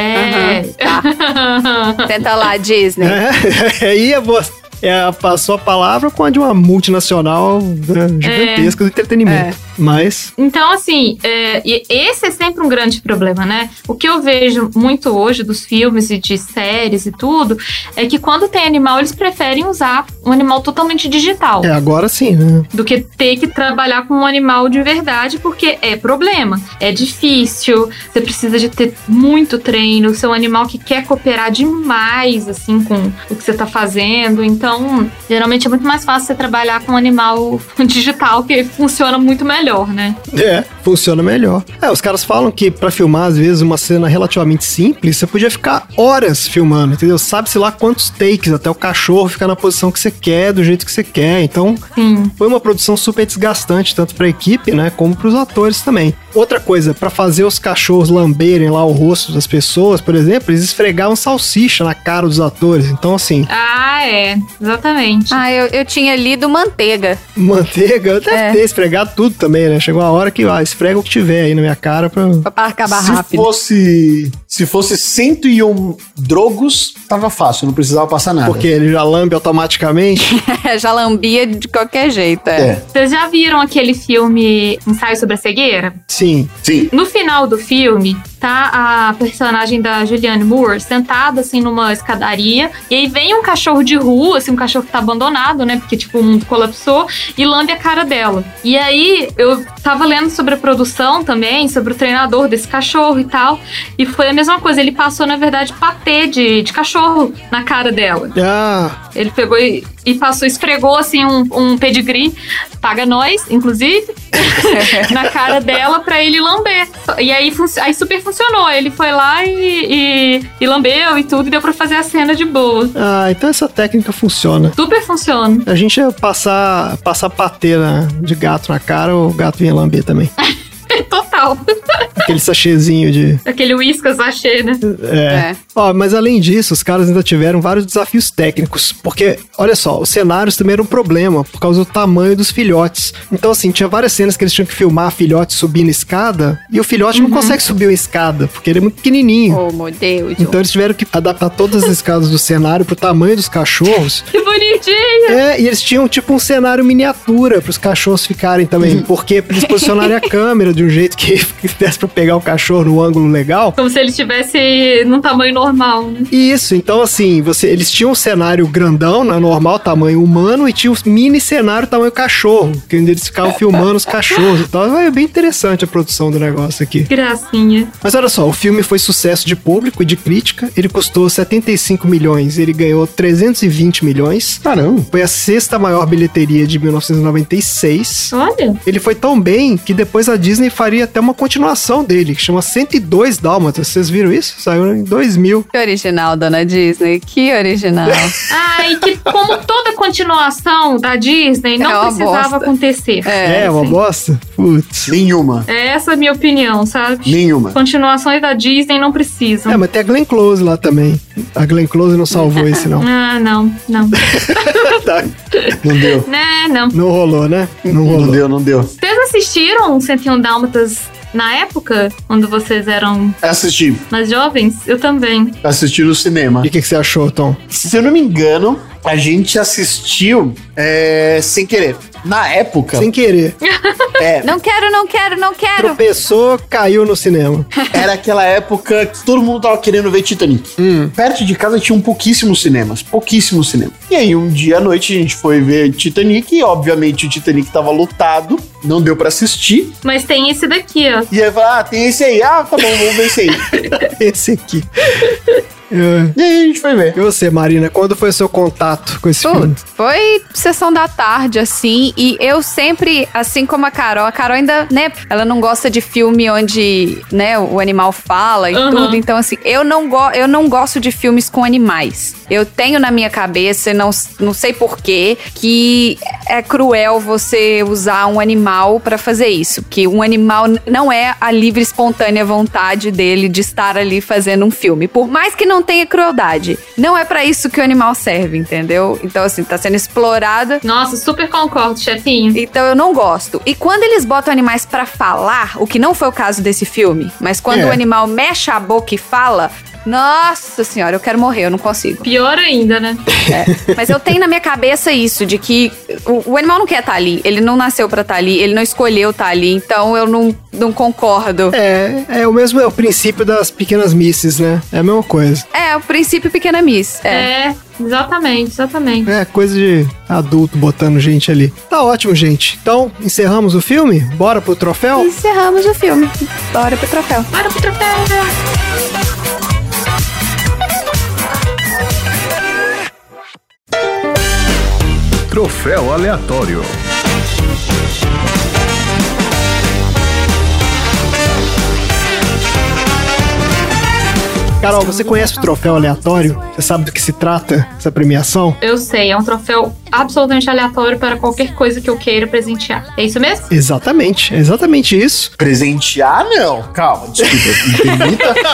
Tenta lá, Disney. Aí passou a palavra com a de uma multinacional, né, gigantesca do entretenimento. Mas... Então, assim, esse é sempre um grande problema, né? O que eu vejo muito hoje dos filmes e de séries e tudo, é que quando tem animal, eles preferem usar um animal totalmente digital. Agora sim, né? Do que ter que trabalhar com um animal de verdade, porque é problema. É difícil, você precisa de ter muito treino, ser um animal que quer cooperar demais, assim, com o que você tá fazendo. Então, geralmente é muito mais fácil você trabalhar com um animal digital, que funciona muito melhor, né? Funciona melhor. Os caras falam que pra filmar, às vezes, uma cena relativamente simples, você podia ficar horas filmando, entendeu? Sabe-se lá quantos takes até o cachorro ficar na posição que você quer, do jeito que você quer. Então, foi uma produção super desgastante, tanto pra equipe, né, como pros atores também. Outra coisa, pra fazer os cachorros lamberem lá o rosto das pessoas, por exemplo, eles esfregavam salsicha na cara dos atores. Então, assim... Exatamente. Eu tinha lido manteiga. Manteiga? Eu deve ter esfregado tudo também, né? Chegou a hora que, esfrega o que tiver aí na minha cara pra acabar rápido. Se fosse 101 drogos, tava fácil, não precisava passar nada. Porque ele já lambe automaticamente? Já lambia de qualquer jeito, Vocês já viram aquele filme Ensaio sobre a Cegueira? Sim. No final do filme, tá a personagem da Julianne Moore sentada, assim, numa escadaria, e aí vem um cachorro de rua, assim, um cachorro que tá abandonado, né, porque, tipo, o mundo colapsou, e lambe a cara dela. E aí, eu tava lendo sobre a produção também, sobre o treinador desse cachorro e tal, e foi a mesma coisa, ele passou, na verdade, patê de cachorro na cara dela. Ele pegou e passou, esfregou, assim, um pedigree, paga nós, inclusive, na cara dela pra ele lamber. E aí super funcionou. Ele foi lá e lambeu e tudo, e deu pra fazer a cena de boa. Então essa técnica funciona. Super funciona. A gente ia passar patê de gato na cara, o gato vinha lamber também. Total. Aquele sachêzinho de... Aquele Whiskas sachê, né? Mas além disso, os caras ainda tiveram vários desafios técnicos. Porque, olha só, os cenários também eram um problema por causa do tamanho dos filhotes. Então, assim, tinha várias cenas que eles tinham que filmar filhote subindo escada, e o filhote não consegue subir uma escada, porque ele é muito pequenininho. Oh, meu Deus. Então eles tiveram que adaptar todas as escadas do cenário pro tamanho dos cachorros. Que bonitinho! E eles tinham tipo um cenário miniatura pros cachorros ficarem também, porque pra eles posicionarem a câmera de um jeito que desse pra pegar o cachorro no ângulo legal. Como se ele estivesse num tamanho normal, né? Isso, então assim, eles tinham um cenário grandão, né, normal, tamanho humano, e tinha um mini cenário tamanho cachorro, que eles ficavam filmando os cachorros e tal. É bem interessante a produção do negócio aqui. Gracinha. Mas olha só, o filme foi sucesso de público e de crítica, ele custou 75 milhões, ele ganhou 320 milhões. Caramba! Foi a sexta maior bilheteria de 1996. Olha! Ele foi tão bem que depois a Disney faria até uma continuação dele, que chama 102 Dálmatas. Vocês viram isso? Saiu em 2000. Que original, dona Disney. Que original. E que como toda continuação da Disney, não precisava acontecer. Uma bosta? Putz. Nenhuma. Essa é a minha opinião, sabe? Nenhuma. Continuações da Disney não precisam. Mas tem a Glenn Close lá também. A Glenn Close não salvou esse, não. Não. Tá. Não deu. Não. Não rolou, né? Não rolou. Não deu. Vocês assistiram 101 Dálmatas na época, quando vocês eram Assisti. mais jovens? Eu também. Assisti no cinema. E o que você achou, Tom? Se eu não me engano, a gente assistiu sem querer. Na época... Sem querer. Não quero. Tropeçou, caiu no cinema. Era aquela época que todo mundo tava querendo ver Titanic. Perto de casa tinham pouquíssimos cinemas. E aí, um dia à noite, a gente foi ver Titanic e, obviamente, o Titanic tava lotado. Não deu pra assistir. Mas tem esse daqui, ó. E aí, tem esse aí. Tá bom, vamos ver esse aí. Esse aqui. E aí a gente foi ver. E você, Marina, quando foi o seu contato com esse filme? Foi sessão da tarde, assim, e eu sempre, assim como a Carol ainda, né, ela não gosta de filme onde, né, o animal fala e tudo, então assim, eu não gosto de filmes com animais. Eu tenho na minha cabeça, não sei porquê, que é cruel você usar um animal pra fazer isso, que um animal não é a livre, espontânea vontade dele de estar ali fazendo um filme, por mais que não tenha crueldade. Não é pra isso que o animal serve, entendeu? Então assim, tá sendo explorada. Nossa, super concordo, chefinho. Então eu não gosto. E quando eles botam animais pra falar, o que não foi o caso desse filme, mas quando o animal mexe a boca e fala, nossa senhora, eu quero morrer, eu não consigo. Pior ainda, né? Mas eu tenho na minha cabeça isso, de que o animal não quer estar ali, ele não nasceu pra estar ali, ele não escolheu estar ali, então eu não concordo. É o mesmo, é o princípio das pequenas misses, né? É a mesma coisa. É, o princípio Pequena Miss. Exatamente. É coisa de adulto botando gente ali. Tá ótimo, gente. Então, encerramos o filme? Bora pro troféu? Encerramos o filme. Bora pro troféu. Bora pro troféu. Troféu aleatório. Carol, você conhece o troféu aleatório? Você sabe do que se trata essa premiação? Eu sei, é um troféu absolutamente aleatório para qualquer coisa que eu queira presentear. É isso mesmo? Exatamente, é exatamente isso. Presentear, não. Calma, desculpa.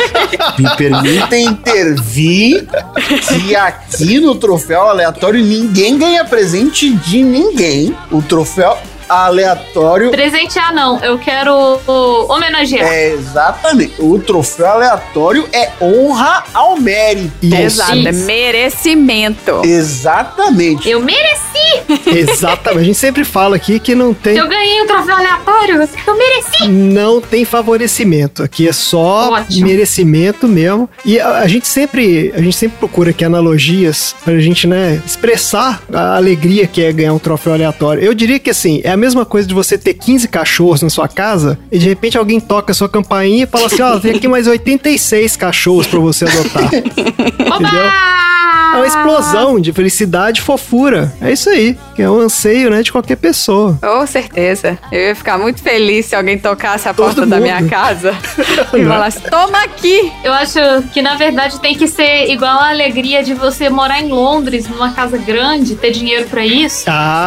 Me permita intervir que aqui no troféu aleatório ninguém ganha presente de ninguém. O troféu aleatório... Presentear não, eu quero homenagear. Exatamente. O troféu aleatório é honra ao mérito. Exato, é merecimento. Exatamente. Eu mereci! Exatamente. A gente sempre fala aqui que não tem... Eu ganhei um troféu aleatório, eu mereci! Não tem favorecimento. Aqui é só merecimento mesmo. E a gente sempre procura aqui analogias pra gente, né, expressar a alegria que é ganhar um troféu aleatório. Eu diria que, assim, é a mesma coisa de você ter 15 cachorros na sua casa e de repente alguém toca a sua campainha e fala assim, tem aqui mais 86 cachorros pra você adotar. Entendeu? É uma explosão de felicidade e fofura. É isso aí, que é o anseio, né, de qualquer pessoa. Com certeza. Eu ia ficar muito feliz se alguém tocasse a porta da minha casa e falasse, toma aqui. Eu acho que, na verdade, tem que ser igual a alegria de você morar em Londres, numa casa grande, ter dinheiro pra isso.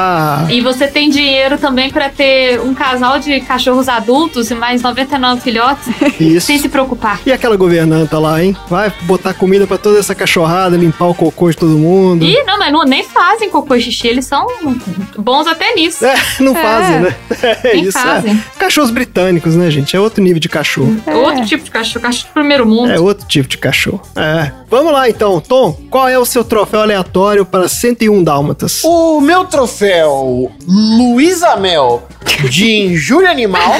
E você tem dinheiro também pra ter um casal de cachorros adultos e mais 99 filhotes. Isso. Sem se preocupar. E aquela governanta lá, hein? Vai botar comida pra toda essa cachorrada, limpar o cocô de todo mundo. Ih, não, mas nem fazem cocô e xixi, eles são bons até nisso. Não fazem, né? Nem isso, fazem. Cachorros britânicos, né, gente? É outro nível de cachorro. É outro tipo de cachorro, cachorro do primeiro mundo. É outro tipo de cachorro. Vamos lá, então. Tom, qual é o seu troféu aleatório para 101 Dálmatas? O meu troféu Luísa Mel de Injúria Animal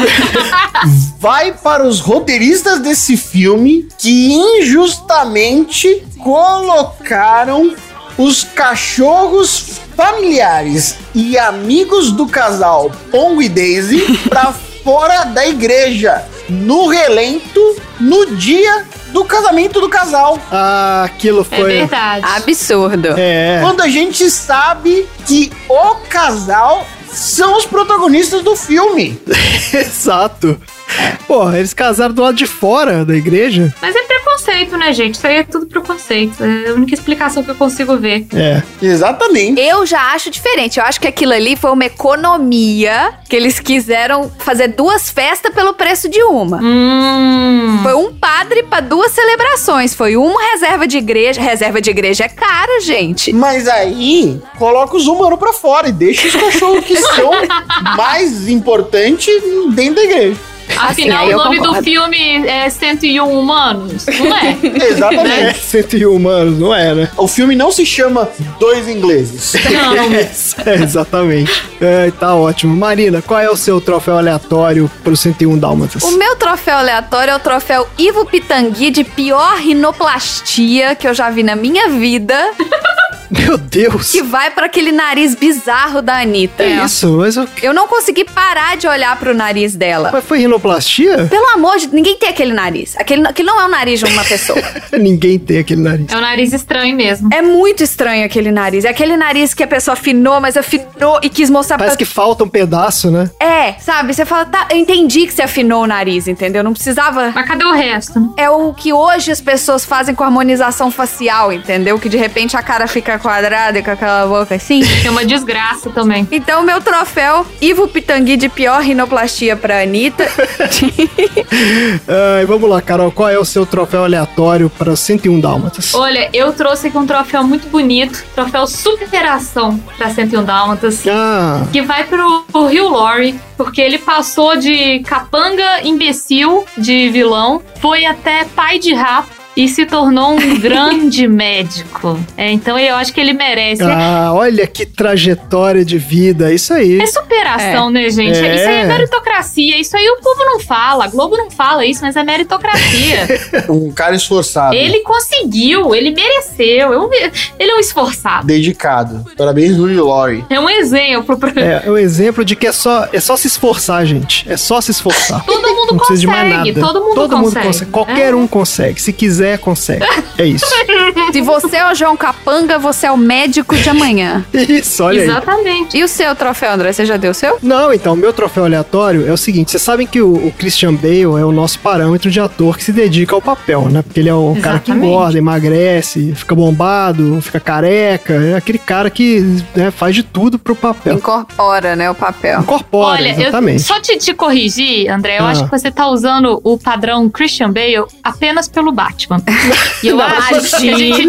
vai para os roteiristas desse filme que injustamente colocaram os cachorros familiares e amigos do casal Pongo e Daisy pra fora da igreja, no relento, no dia do casamento do casal. Aquilo foi... É verdade. Absurdo. Quando a gente sabe que o casal são os protagonistas do filme. Exato. Pô, eles casaram do lado de fora da igreja. Mas é preconceito, né, gente? Isso aí é tudo preconceito. É a única explicação que eu consigo ver. Exatamente. Eu já acho diferente. Eu acho que aquilo ali foi uma economia que eles quiseram fazer 2 festas pelo preço de uma. Foi um padre pra 2 celebrações. Foi uma reserva de igreja. Reserva de igreja é cara, gente. Mas aí, coloca os humanos pra fora e deixa os cachorros que são mais importantes dentro da igreja. Afinal, o nome do filme é 101 Humanos, não é? Exatamente. 101 Humanos, não é, né? O filme não se chama Dois Ingleses. Não. Exatamente. Tá ótimo. Marina, qual é o seu troféu aleatório pro 101 Dálmatas? O meu troféu aleatório é o troféu Ivo Pitangui de pior rinoplastia que eu já vi na minha vida. Meu Deus. Que vai pra aquele nariz bizarro da Anitta. É isso, mas eu não consegui parar de olhar pro nariz dela. Mas foi rinoplastia? Pelo amor de... Ninguém tem aquele nariz. Aquele não é o nariz de uma pessoa. Ninguém tem aquele nariz. É um nariz estranho mesmo. É muito estranho aquele nariz. É aquele nariz que a pessoa afinou, mas afinou e quis mostrar Parece que falta um pedaço, né? É, sabe? Você fala, tá, eu entendi que você afinou o nariz, entendeu? Não precisava... Mas cadê o resto? É o que hoje as pessoas fazem com harmonização facial, entendeu? Que de repente a cara fica quadrada e com aquela boca assim. É uma desgraça também. Então, meu troféu, Ivo Pitangui de pior rinoplastia pra Anitta. Vamos lá, Carol, qual é o seu troféu aleatório para 101 Dálmatas? Olha, eu trouxe aqui um troféu muito bonito, troféu superação pra 101 Dálmatas, que vai pro Hugh Laurie, porque ele passou de capanga imbecil de vilão, foi até pai de rato, e se tornou um grande médico. Então eu acho que ele merece. Olha que trajetória de vida, isso aí. É superação, né, gente? Isso aí é meritocracia. Isso aí o povo não fala, a Globo não fala isso, mas é meritocracia. Um cara esforçado. Ele conseguiu, ele mereceu. Ele é um esforçado. Dedicado. Parabéns, Hugh Laurie. É um exemplo. É um exemplo de que é só se esforçar, gente. É só se esforçar. Todo mundo não consegue. De mais nada. Todo mundo consegue. Qualquer um consegue. Se quiser, consegue. É isso. Se você é o João Capanga, você é o médico de amanhã. Isso, olha Exatamente. E o seu troféu, André? Você já deu o seu? Não, então, o meu troféu aleatório é o seguinte, vocês sabem que o Christian Bale é o nosso parâmetro de ator que se dedica ao papel, né? Porque ele é o cara que engorda, emagrece, fica bombado, fica careca, é aquele cara que faz de tudo pro papel. Incorpora, né, o papel. Incorpora, olha, exatamente. Só te corrigir, André, eu acho que você tá usando o padrão Christian Bale apenas pelo Batman. E eu acho que a gente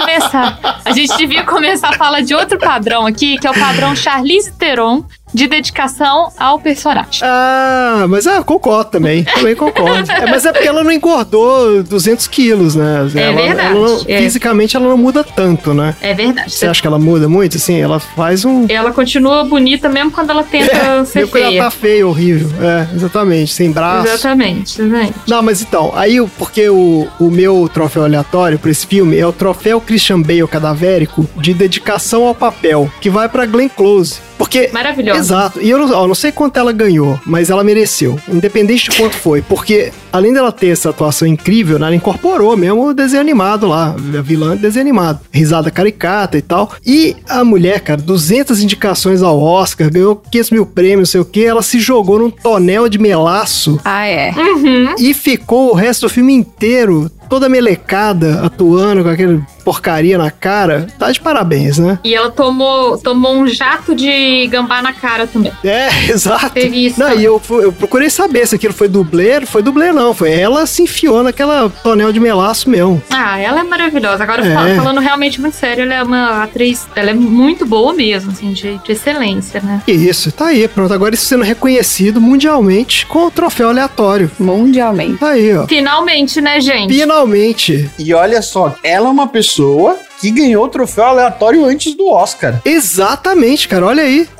devia começar a falar de outro padrão aqui, que é o padrão Charlize Theron, de dedicação ao personagem. Mas concordo também. Também concordo. Mas é porque ela não engordou 200 quilos, né? Verdade. Fisicamente ela não muda tanto, né? É verdade. Você acha que ela muda muito? Assim, ela faz Ela continua bonita mesmo quando ela tenta ser feia. Quando ela tá feia, horrível. Exatamente. Sem braço. Exatamente. Não, mas então, aí porque o meu troféu aleatório pra esse filme é o troféu Christian Bale cadavérico de dedicação ao papel, que vai pra Glenn Close. Porque... Maravilhoso. Exato. E eu não sei quanto ela ganhou, mas ela mereceu. Independente de quanto foi. Porque, além dela ter essa atuação incrível, ela incorporou mesmo o desenho animado lá. A vilã de desenho animado. Risada caricata e tal. E a mulher, cara, 200 indicações ao Oscar, ganhou 500 mil prêmios, não sei o quê. Ela se jogou num tonel de melaço. E ficou o resto do filme inteiro toda melecada, atuando com aquele porcaria na cara. Tá de parabéns, né? E ela tomou um jato de gambá na cara também. Exato. Teve isso. Não, e eu procurei saber se aquilo foi dublê. Foi dublê, não. Foi ela se enfiou naquela tonel de melaço mesmo. Ela é maravilhosa. Agora, falando realmente muito sério, ela é uma atriz, ela é muito boa mesmo, assim, de excelência, né? Isso, tá aí, pronto. Agora isso sendo reconhecido mundialmente com o troféu aleatório. Mundialmente. Tá aí, ó. Finalmente, né, gente? Finalmente. E olha só, ela é uma pessoa que ganhou o troféu aleatório antes do Oscar. Exatamente, cara, olha aí.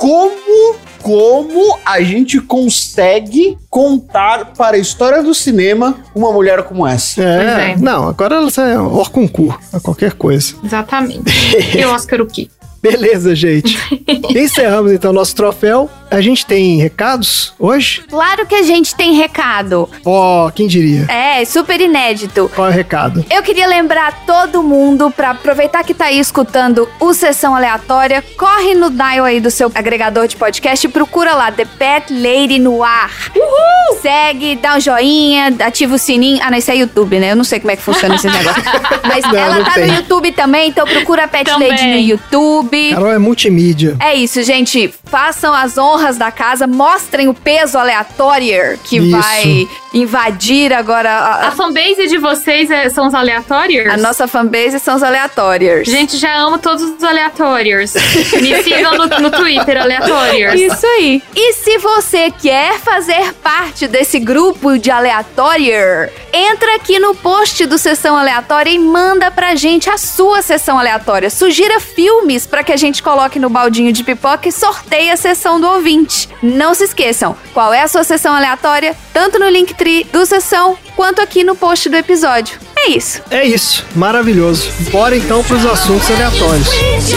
Como a gente consegue contar para a história do cinema uma mulher como essa? Não, agora ela é hors concurso, a qualquer coisa. Exatamente. E Oscar o quê? Beleza, gente. Encerramos então nosso troféu. A gente tem recados hoje? Claro que a gente tem recado. Quem diria? Super inédito. Qual é o recado? Eu queria lembrar todo mundo, pra aproveitar que tá aí escutando o Sessão Aleatória, corre no dial aí do seu agregador de podcast e procura lá, The Pet Lady no ar. Uhul! Segue, dá um joinha, ativa o sininho. Não, isso é YouTube, né? Eu não sei como é que funciona esses negócios. Mas ela tá no YouTube também, então procura a Pet Lady no YouTube. Carol é multimídia. É isso, gente. Façam as honras da casa, mostrem o peso aleatório que vai invadir agora. A fanbase de vocês são os aleatórios? A nossa fanbase são os aleatórios. Gente, já amo todos os aleatórios. Me sigam no Twitter, aleatórios. Isso aí. E se você quer fazer parte desse grupo de aleatório, entra aqui no post do Sessão Aleatória e manda pra gente a sua sessão aleatória. Sugira filmes pra que a gente coloque no baldinho de pipoca e sorteie a sessão do ouvinte. Não se esqueçam, qual é a sua sessão aleatória? Tanto no Linktree do Sessão, quanto aqui no post do episódio. É isso. É isso, maravilhoso. Bora então pros assuntos aleatórios.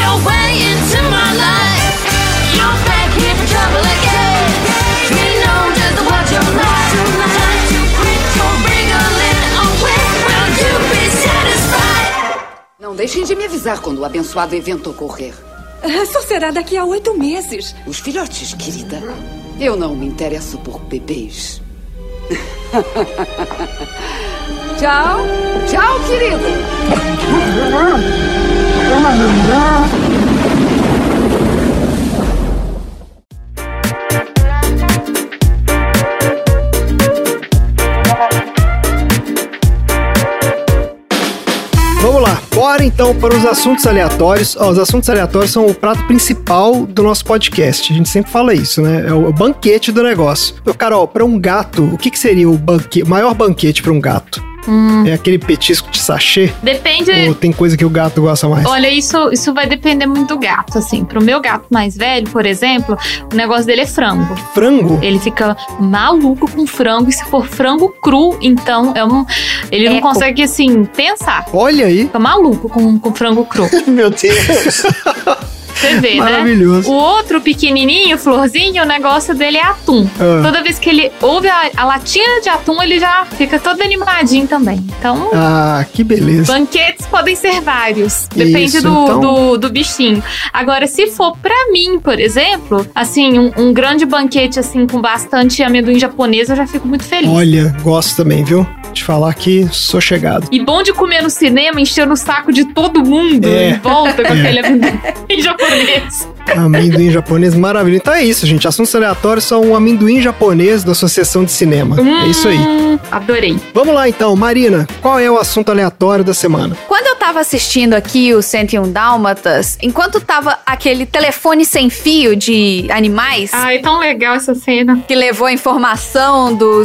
Não deixem de me avisar quando o abençoado evento ocorrer. Só será daqui a 8 meses. Os filhotes, querida. Eu não me interesso por bebês. Tchau. Tchau, querido. Vamos lá, bora então para os assuntos aleatórios. Os assuntos aleatórios são o prato principal do nosso podcast. A gente sempre fala isso, né? É o banquete do negócio. Carol, para um gato, o que seria o maior banquete para um gato? É aquele petisco de sachê? Depende. Ou tem coisa que o gato gosta mais? Olha, isso vai depender muito do gato, assim. Pro meu gato mais velho, por exemplo, o negócio dele é frango. Frango? Ele fica maluco com frango, e se for frango cru, então ele não consegue, assim, pensar. Olha aí. Fica maluco com frango cru. Meu Deus. Você vê, maravilhoso. Né? O outro pequenininho, florzinho, o negócio dele é atum. Toda vez que ele ouve a latinha de atum, ele já fica todo animadinho também. Então, que beleza. Banquetes podem ser vários. Depende do bichinho. Agora, se for pra mim, por exemplo, assim, um grande banquete, assim, com bastante amendoim japonês, eu já fico muito feliz. Olha, gosto também, viu? De falar que sou chegado. E bom de comer no cinema, enchendo o saco de todo mundo em volta com aquele amendoim japonês. Amendoim japonês, maravilha. Então é isso, gente. Assuntos aleatórios são o amendoim japonês da sua sessão de cinema. É isso aí. Adorei. Vamos lá então, Marina, qual é o assunto aleatório da semana? Quando eu tava assistindo aqui o 101 Dálmatas, enquanto tava aquele telefone sem fio de animais... Ai, tão legal essa cena. Que levou a informação dos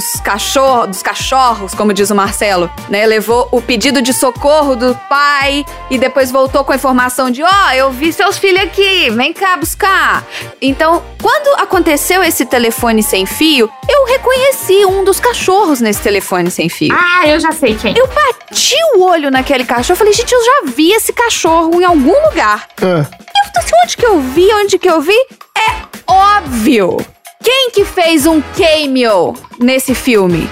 cachorros, como diz o Marcelo, né? Levou o pedido de socorro do pai e depois voltou com a informação de eu vi seus filhos aqui, vem cá buscar. Então, quando aconteceu esse telefone sem fio, eu reconheci um dos cachorros nesse telefone sem fio. Eu já sei quem. Eu bati o olho naquele cachorro, falei, gente, eu já vi esse cachorro em algum lugar. Eu falei assim, onde que eu vi? É óbvio. Quem que fez um cameo nesse filme?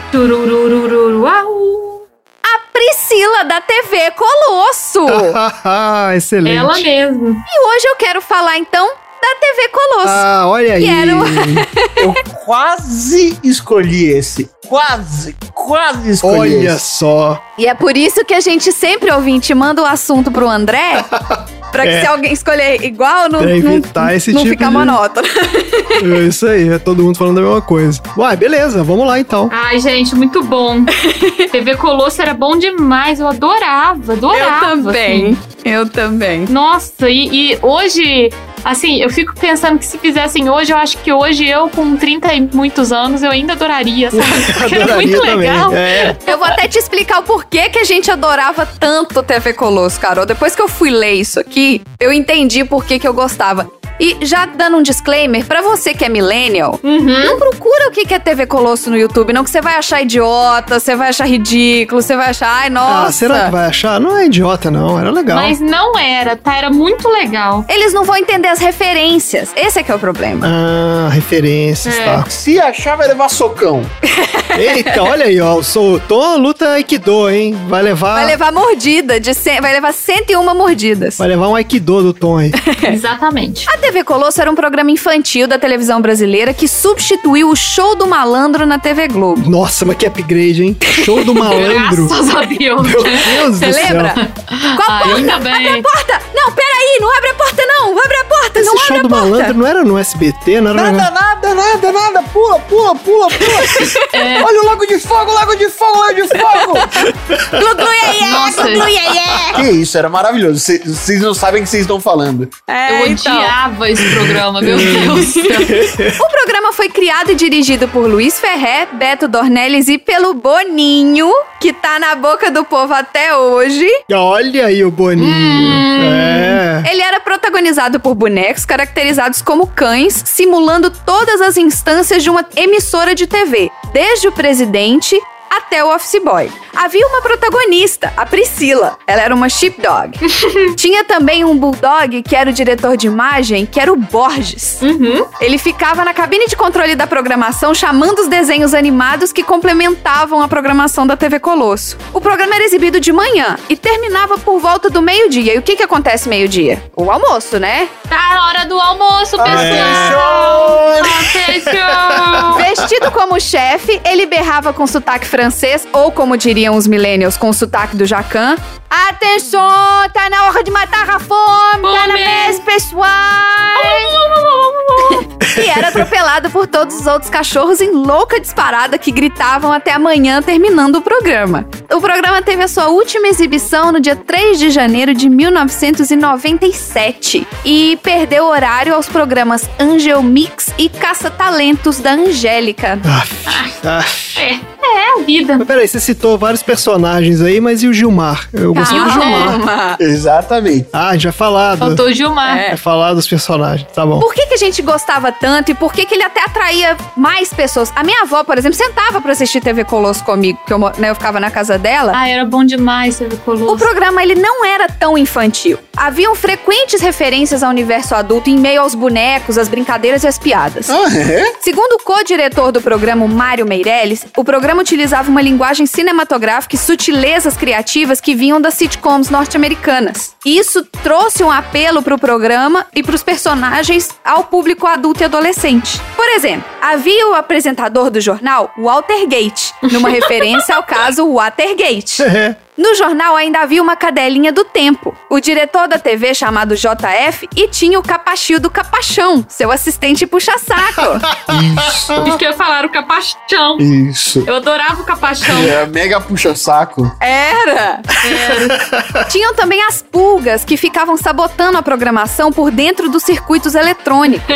A Priscila da TV Colosso. Excelente. Ela mesmo. E hoje eu quero falar então da TV Colosso. Olha aí. Eu quase escolhi esse. Quase escolhi Olha só. E é por isso que a gente sempre, ouvinte, manda o assunto pro André, pra que se alguém escolher igual, não tipo ficar monótono. Isso aí, é todo mundo falando a mesma coisa. Uai, beleza, vamos lá então. Ai, gente, muito bom. TV Colosso era bom demais, eu adorava. Eu também. Nossa, e hoje... Assim, eu fico pensando que se fizessem hoje, eu acho que hoje eu, com 30 e muitos anos, eu ainda adoraria, sabe? Porque era muito legal. Eu vou até te explicar o porquê que a gente adorava tanto TV Colosso, Carol. Depois que eu fui ler isso aqui, eu entendi por que eu gostava. E já dando um disclaimer, pra você que é millennial, não procura o que é TV Colosso no YouTube, não, que você vai achar idiota, você vai achar ridículo, você vai achar, ai, nossa. Será que vai achar? Não é idiota, não, era legal. Mas não era, tá? Era muito legal. Eles não vão entender as referências, esse é que é o problema. Referências, tá. Se achar, vai levar socão. Eita, olha aí, ó, o Tom luta Aikido, hein? Vai levar mordida, vai levar 101 mordidas. Vai levar um Aikido do Tom aí. Exatamente. A TV Colosso era um programa infantil da televisão brasileira que substituiu o Show do Malandro na TV Globo. Nossa, mas que upgrade, hein? Show do Malandro. Graças a Deus. Meu Deus Você do céu. lembra? Qual porta? Ainda bem. Abre a porta! Não, peraí, não abre a porta não! Abre a porta, Esse não Show abre do a porta! Malandro não era no SBT? Não era Nada. Pula. Olha o lago de fogo. Glu, iê, Nossa. glu, iê. Que isso, era maravilhoso. Vocês não sabem o que vocês estão falando. Eu odiava esse programa, meu Deus. O programa foi criado e dirigido por Luiz Ferré, Beto Dornelles e pelo Boninho, que tá na boca do povo até hoje. Olha aí o Boninho. Ele era protagonizado por bonecos caracterizados como cães, simulando todas as instâncias de uma emissora de TV, desde o presidente até até o office boy. Havia uma protagonista, a Priscila. Ela era uma sheepdog. Tinha também um bulldog que era o diretor de imagem, que era o Borges. Ele ficava na cabine de controle da programação chamando os desenhos animados que complementavam a programação da TV Colosso. O programa era exibido de manhã e terminava por volta do meio-dia. E o que acontece meio-dia? O almoço, né? Tá na hora do almoço, pessoal! Atenção! Vestido como chefe, ele berrava com sotaque francês, ou como diriam os millennials, com o sotaque do Jacan. Atenção, tá na hora de matar a fome, tá na mesa, pessoal! E era atropelado por todos os outros cachorros em louca disparada que gritavam até amanhã, terminando o programa. O programa teve a sua última exibição no dia 3 de janeiro de 1997 e perdeu horário aos programas Angel Mix e Caça-Talentos da Angélica. É a vida. Mas peraí, você citou vários personagens aí, mas e o Gilmar? Eu gostei do Gilmar. Exatamente. Ah, a gente vai falar. Faltou o Gilmar. Vai falar dos personagens, tá bom. Por que a gente gostava tanto e por que ele até atraía mais pessoas? A minha avó, por exemplo, sentava pra assistir TV Colosso comigo, que eu ficava na casa dela. Ah, era bom demais TV Colosso. O programa, ele não era tão infantil. Haviam frequentes referências ao universo adulto em meio aos bonecos, as brincadeiras e as piadas. Segundo o co-diretor do programa, Mário Meirelles, o programa utilizava uma linguagem cinematográfica e sutilezas criativas que vinham das sitcoms norte-americanas. Isso trouxe um apelo pro programa e pros personagens ao público adulto e adolescente. Por exemplo, havia o apresentador do jornal, Walter Gate, numa referência ao caso Watergate. No jornal ainda havia uma cadelinha do tempo, o diretor da TV chamado JF, e tinha o Capachildo Capachão, seu assistente puxa-saco. Isso que eu ia falar, o Capachão. Isso. Eu adorava o Capachão. É mega puxa-saco. Era. Tinham também as pulgas, que ficavam sabotando a programação por dentro dos circuitos eletrônicos.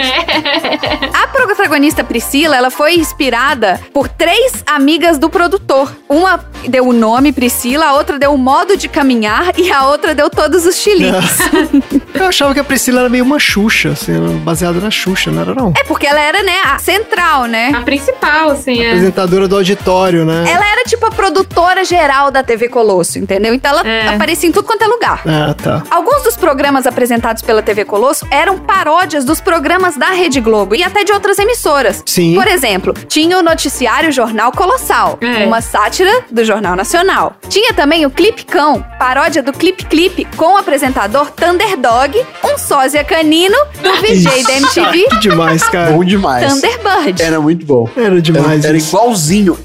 A protagonista Priscila, ela foi inspirada por 3 amigas do produtor. Uma deu o nome Priscila, a outra deu o modo de caminhar e a outra deu todos os chiliques. Eu achava que a Priscila era meio uma Xuxa, assim, baseada na Xuxa, não era não? É porque ela era, né, a central, né? A principal, assim, apresentadora do auditório, né? Ela era tipo a produtora geral da TV Colosso, entendeu? Então ela aparecia em tudo quanto é lugar. Ah, tá. Alguns dos programas apresentados pela TV Colosso eram paródias dos programas da Rede Globo e até de outras emissoras. Sim. Por exemplo, tinha o noticiário Jornal Colossal, uma sátira do Jornal Nacional. Tinha também o Clip Cão, paródia do Clip Clip, com o apresentador Thunderdog, um sósia canino do VJ da MTV. Que demais, cara. Bom demais. Thunderbird. Era muito bom. Era demais. Era igualzinho.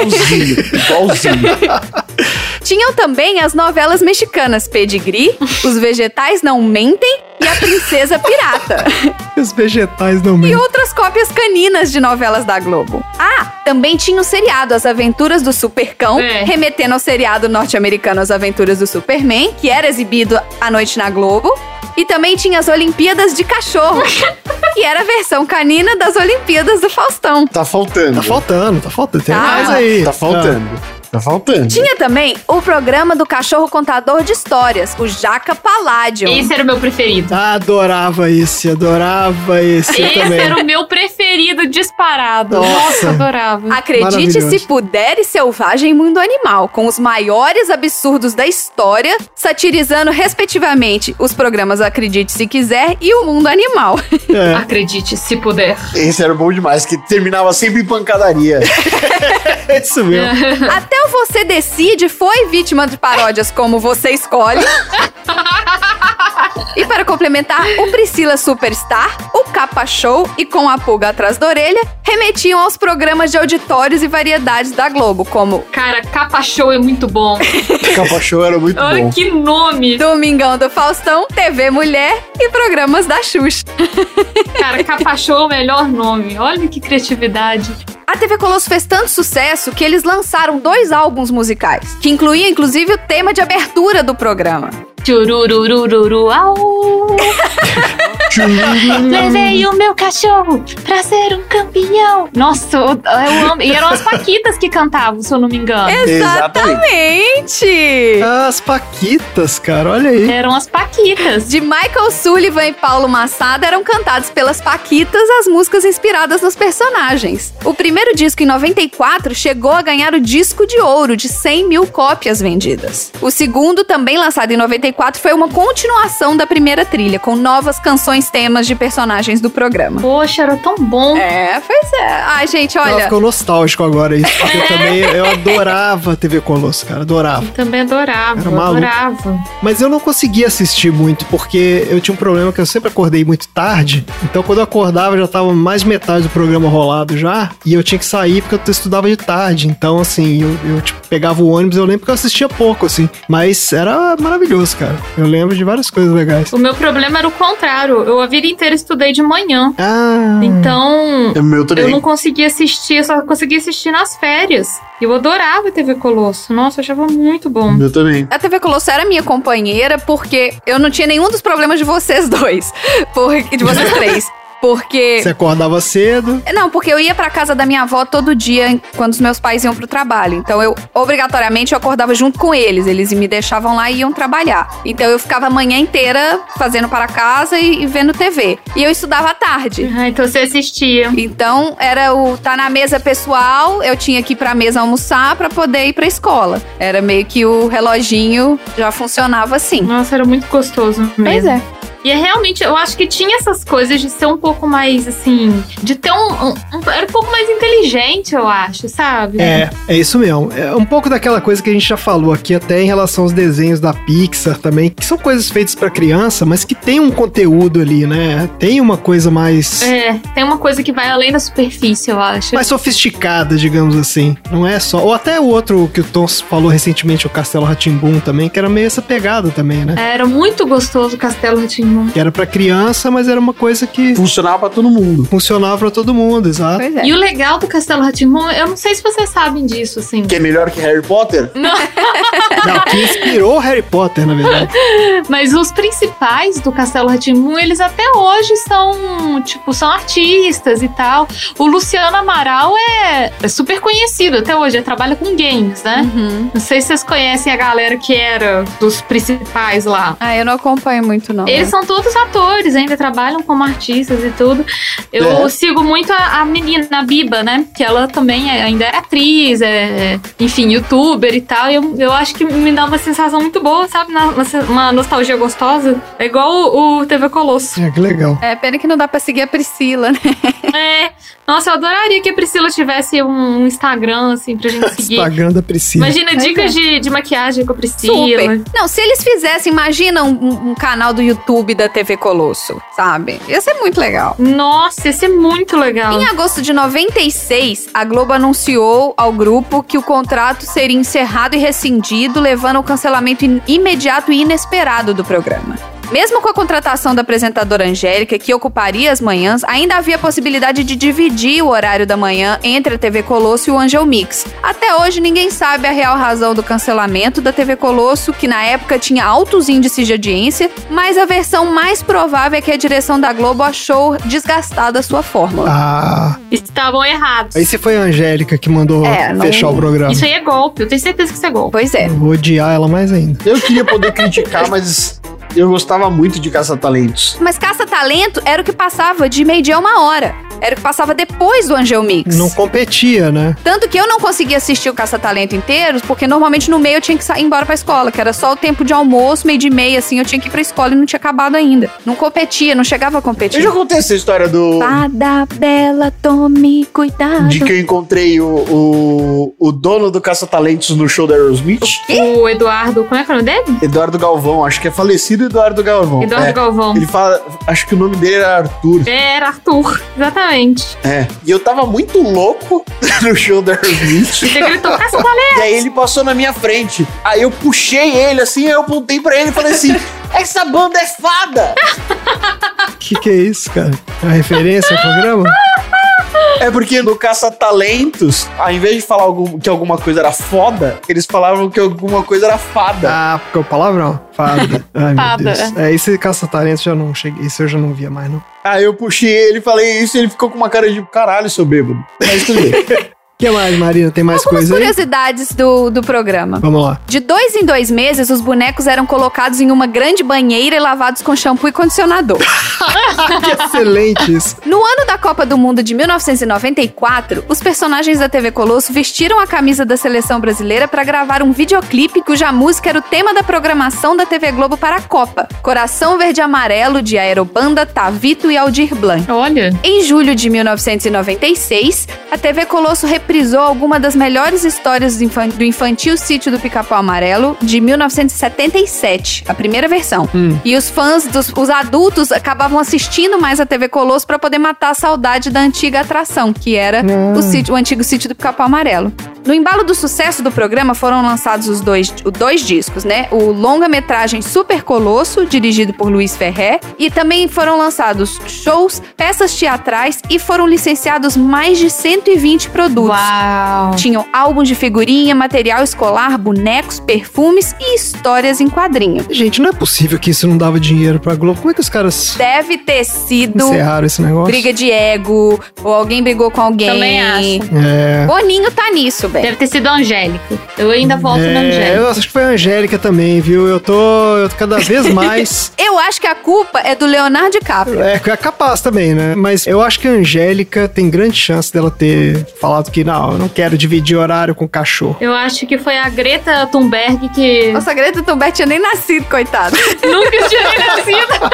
Tinham também as novelas mexicanas Pedigree, Os Vegetais Não Mentem e A Princesa Pirata. Os vegetais não E mentem. outras cópias caninas de novelas da Globo. Ah, também tinha o seriado As Aventuras do Supercão, remetendo ao seriado norte-americano As Aventuras do Superman, que era exibido à noite na Globo. E também tinha as Olimpíadas de Cachorro, que era a versão canina das Olimpíadas do Faustão. Tá faltando. Tá faltando. Tem Tá. mais aí. Tá faltando. Tá faltando. Tinha também o programa do cachorro contador de histórias, o Jaca Palladium. Esse era o meu preferido. Adorava esse eu também. Era o meu preferido disparado. Nossa. Adorava. Acredite Maravilhoso. se puder e Selvagem Mundo Animal, com os maiores absurdos da história, satirizando respectivamente os programas Acredite se quiser e o Mundo Animal. Acredite se puder. Esse era bom demais, que terminava sempre em pancadaria. É isso mesmo. Até o Você Decide foi vítima de paródias como Você Escolhe. E para complementar, o Priscila Superstar, o Capa Show e Com a Pulga Atrás da Orelha remetiam aos programas de auditórios e variedades da Globo, como Cara, Capa Show é muito bom. Capa Show era muito Olha bom. que nome. Domingão do Faustão, TV Mulher e programas da Xuxa. Cara, Capa Show é o melhor nome. Olha que criatividade. A TV Colosso fez tanto sucesso que eles lançaram 2 álbuns musicais, que incluíam inclusive o tema de abertura do programa. Tchurururururu, au. Levei o meu cachorro pra ser um campeão. Nossa, eu amo. E eram as Paquitas que cantavam, se eu não me engano. Exatamente! As Paquitas, cara, olha aí. Eram as Paquitas. De Michael Sullivan e Paulo Massada eram cantados pelas Paquitas as músicas inspiradas nos personagens. O primeiro disco, em 94, chegou a ganhar o disco de ouro de 100 mil cópias vendidas. O segundo, também lançado em 94, foi uma continuação da primeira trilha, com novas canções temas de personagens do programa. Poxa, era tão bom. Pois é. Ai, gente, olha... Ficou nostálgico agora isso, porque eu adorava TV Colosso, cara, adorava. Eu também adorava, Mas eu não conseguia assistir muito, porque eu tinha um problema que eu sempre acordei muito tarde, então quando eu acordava já tava mais metade do programa rolado já, e eu tinha que sair porque eu estudava de tarde, então assim, eu tipo, pegava o ônibus, eu lembro que eu assistia pouco, assim, mas era maravilhoso, cara. Eu lembro de várias coisas legais. O meu problema era o contrário, eu a vida inteira estudei de manhã. Então, eu não conseguia assistir, eu só conseguia assistir nas férias. Eu adorava a TV Colosso. Nossa, eu achava muito bom. Eu também. A TV Colosso era minha companheira porque eu não tinha nenhum dos problemas de vocês dois. De vocês três. Porque... Você acordava cedo? Não, porque eu ia pra casa da minha avó todo dia quando os meus pais iam pro trabalho. Então eu, obrigatoriamente, eu acordava junto com eles. Eles me deixavam lá e iam trabalhar. Então eu ficava a manhã inteira fazendo para casa e vendo TV. E eu estudava à tarde. Então você assistia. Então era tá na mesa pessoal, eu tinha que ir pra mesa almoçar pra poder ir pra escola. Era meio que o reloginho já funcionava assim. Nossa, era muito gostoso mesmo. Pois é. E é realmente, eu acho que tinha essas coisas de ser um pouco mais, assim, de ter era um pouco mais inteligente, eu acho, sabe? É isso mesmo. É um pouco daquela coisa que a gente já falou aqui, até em relação aos desenhos da Pixar também, que são coisas feitas pra criança, mas que tem um conteúdo ali, né? Tem uma coisa mais... tem uma coisa que vai além da superfície, eu acho. Mais sofisticada, digamos assim. Não é só... Ou até o outro que o Tom falou recentemente, o Castelo Rá-Tim-Bum também, que era meio essa pegada também, né? Era muito gostoso o Castelo Rá-Tim-Bum. Que era pra criança, mas era uma coisa que... Funcionava pra todo mundo. Funcionava pra todo mundo, exato. Pois é. E o legal do Castelo Rá-Tim-Bum, eu não sei se vocês sabem disso, assim. Que é melhor que Harry Potter? Não. Não, que inspirou Harry Potter, na verdade. Mas os principais do Castelo Rá-Tim-Bum, eles até hoje são artistas e tal. O Luciano Amaral é super conhecido até hoje, ele trabalha com games, né? Uhum. Não sei se vocês conhecem a galera que era dos principais lá. Eu não acompanho muito, não. Eles são todos atores, ainda trabalham como artistas e tudo. Eu sigo muito a menina, a Biba, né? Que ela também ainda é atriz, enfim, youtuber e tal. E eu acho que me dá uma sensação muito boa, sabe? Uma nostalgia gostosa. É igual o TV Colosso. Que legal. Pena que não dá pra seguir a Priscila, né? Nossa, eu adoraria que a Priscila tivesse um Instagram, assim, pra gente seguir. Instagram da Priscila. Imagina dicas de maquiagem com a Priscila. Super. Não, se eles fizessem, imagina um canal do YouTube da TV Colosso, sabe? Ia ser muito legal. Nossa, ia ser muito legal. Em agosto de 96, a Globo anunciou ao grupo que o contrato seria encerrado e rescindido, levando ao cancelamento imediato e inesperado do programa. Mesmo com a contratação da apresentadora Angélica, que ocuparia as manhãs, ainda havia a possibilidade de dividir o horário da manhã entre a TV Colosso e o Angel Mix. Até hoje, ninguém sabe a real razão do cancelamento da TV Colosso, que na época tinha altos índices de audiência, mas a versão mais provável é que a direção da Globo achou desgastada a sua fórmula. Estavam errados. Aí se foi a Angélica que mandou fechar o programa. Isso aí é golpe, eu tenho certeza que isso é golpe. Pois é. Eu vou odiar ela mais ainda. Eu queria poder criticar, mas... eu gostava muito de Caça-Talentos. Mas Caça-Talento era o que passava de meio-dia a 1h. Era o que passava depois do Angel Mix. Não competia, né? Tanto que eu não conseguia assistir o Caça-Talento inteiro, porque normalmente no meio eu tinha que ir embora pra escola, que era só o tempo de almoço, 12:30, assim, eu tinha que ir pra escola e não tinha acabado ainda. Não competia, não chegava a competir. Eu já contei essa história do... Fada bela, tome cuidado. De que eu encontrei o dono do Caça-Talentos no show da Aerosmith. O Eduardo, como é que é o nome dele? Eduardo Galvão, acho que é falecido Eduardo Galvão. Eduardo Galvão. Ele fala, acho que o nome dele era Arthur. Era Arthur, exatamente. E eu tava muito louco no show da Aerosmith. Você gritou, Caça-Talentos! E aí ele passou na minha frente. Aí eu puxei ele assim, aí eu apontei pra ele e falei assim, essa banda é fada! Que é isso, cara? É uma referência ao programa? É porque no Caça-Talentos, ao invés de falar que alguma coisa era foda, eles falavam que alguma coisa era fada. Ah, porque o palavrão? Fada. Ai, Fada. meu Deus. Esse Caça-Talentos já não cheguei. Esse eu já não via mais, não. Aí eu puxei ele, falei isso e ele ficou com uma cara de caralho, seu bêbado. Mas tudo bem. O que mais, Marina? Tem mais Algumas coisa aí? curiosidades do programa. Vamos lá. De 2 em 2 meses, os bonecos eram colocados em uma grande banheira e lavados com shampoo e condicionador. Que excelente isso. No ano da Copa do Mundo de 1994, os personagens da TV Colosso vestiram a camisa da seleção brasileira para gravar um videoclipe cuja música era o tema da programação da TV Globo para a Copa. Coração Verde e Amarelo, de Aerobanda, Tavito e Aldir Blanc. Olha. Em julho de 1996, a TV Colosso reprisou alguma das melhores histórias do infantil Sítio do Pica-Pau Amarelo, de 1977, a primeira versão. E os fãs, os adultos, acabavam assistindo mais a TV Colosso para poder matar a saudade da antiga atração, que era o antigo Sítio do Pica-Pau Amarelo. No embalo do sucesso do programa foram lançados os dois discos, né? O longa-metragem Super Colosso, dirigido por Luiz Ferré, e também foram lançados shows, peças teatrais e foram licenciados mais de 120 produtos. Uau. Tinham álbuns de figurinha, material escolar, bonecos, perfumes e histórias em quadrinho. Gente, não é possível que isso não dava dinheiro pra Globo. Como é que os caras Deve ter sido encerraram esse negócio? briga de ego, ou alguém brigou com alguém. Também acho. É. Boninho tá nisso, velho. Deve ter sido a Angélica. Eu ainda volto na Angélica. Eu acho que foi a Angélica também, viu? Eu tô cada vez mais... Eu acho que a culpa é do Leonardo DiCaprio. É capaz também, né? Mas eu acho que a Angélica tem grande chance dela ter falado que não, eu não quero dividir horário com o cachorro. Eu acho que foi a Greta Thunberg que Nossa, a Greta Thunberg tinha nem nascido, coitada. nunca tinha nem nascido.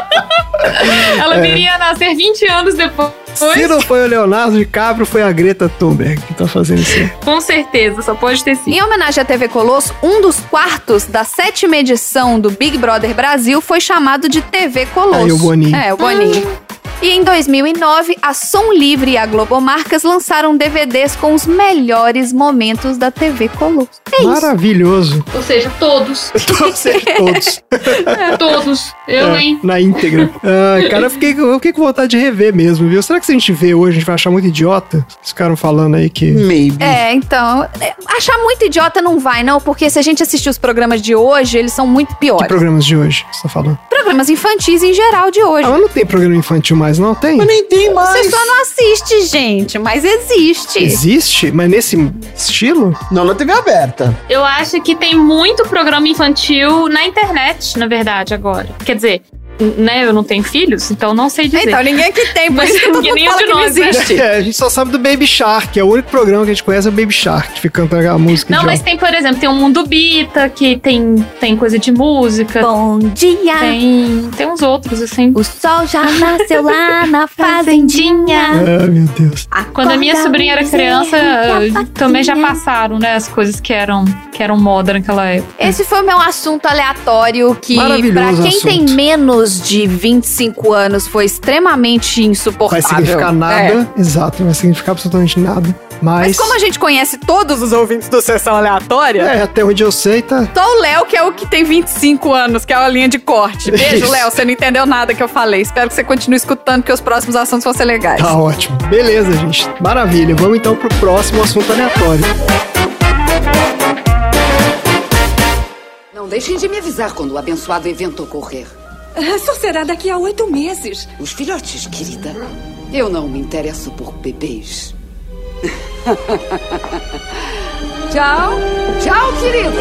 Ela viria a nascer 20 anos depois. Se não foi o Leonardo DiCaprio, foi a Greta Thunberg que tá fazendo isso aí. Com certeza, só pode ter sido. Em homenagem à TV Colosso, um dos quartos da 7ª edição do Big Brother Brasil foi chamado de TV Colosso. Aí o Boninho. É, o Boninho. E em 2009, a Som Livre e a Globo Marcas lançaram DVDs com os melhores momentos da TV Colosso. É isso. Maravilhoso. Ou seja, todos. Todos. Todos. Eu, hein? Na íntegra. Ai, cara, eu fiquei com vontade de rever mesmo, viu? Será que se a gente vê hoje, a gente vai achar muito idiota? Eles ficaram falando aí que... Maybe. Então, achar muito idiota não vai, não, porque se a gente assistir os programas de hoje, eles são muito Que piores. programas de hoje você tá falando? Programas infantis em geral de hoje. Ah, mas não tem programa infantil mais, não? Tem? Mas nem tem mais. Você só não assiste, gente, mas existe. Existe? Mas nesse estilo? Não na TV aberta. Eu acho que tem muito programa infantil na internet, na verdade, agora. Quer dizer, né, eu não tenho filhos, então não sei dizer. Então, ninguém que tem, por Mas isso que todo ninguém mundo fala de que não nós, né? existe. A gente só sabe do Baby Shark, é o único programa que a gente conhece é o Baby Shark, que fica cantando a música. Não, mas tem, por exemplo, tem o Mundo Bita, que tem coisa de música. Bom dia, Tem uns outros, assim. o sol já nasceu lá na fazendinha. Ah, meu Deus. Quando a minha sobrinha era criança, também já passaram, né, as coisas que eram moda naquela época. Esse foi o meu assunto aleatório que, Maravilhoso pra quem assunto. tem menos de 25 anos, foi extremamente Vai insuportável. significar nada. É. Exato, não vai significar absolutamente nada. Mas como a gente conhece todos os ouvintes do Sessão Aleatória, até onde eu sei, tá... só o Léo que é o que tem 25 anos, que é a linha de corte. Beijo, Isso. Léo, você não entendeu nada que eu falei. Espero que você continue escutando, que os próximos assuntos vão ser legais. Tá ótimo. Beleza, gente. Maravilha. Vamos então pro próximo assunto aleatório. Não deixem de me avisar quando o abençoado evento ocorrer. Só será daqui a 8 meses. Os filhotes, querida. Eu não me interesso por bebês. Tchau. Tchau, querido.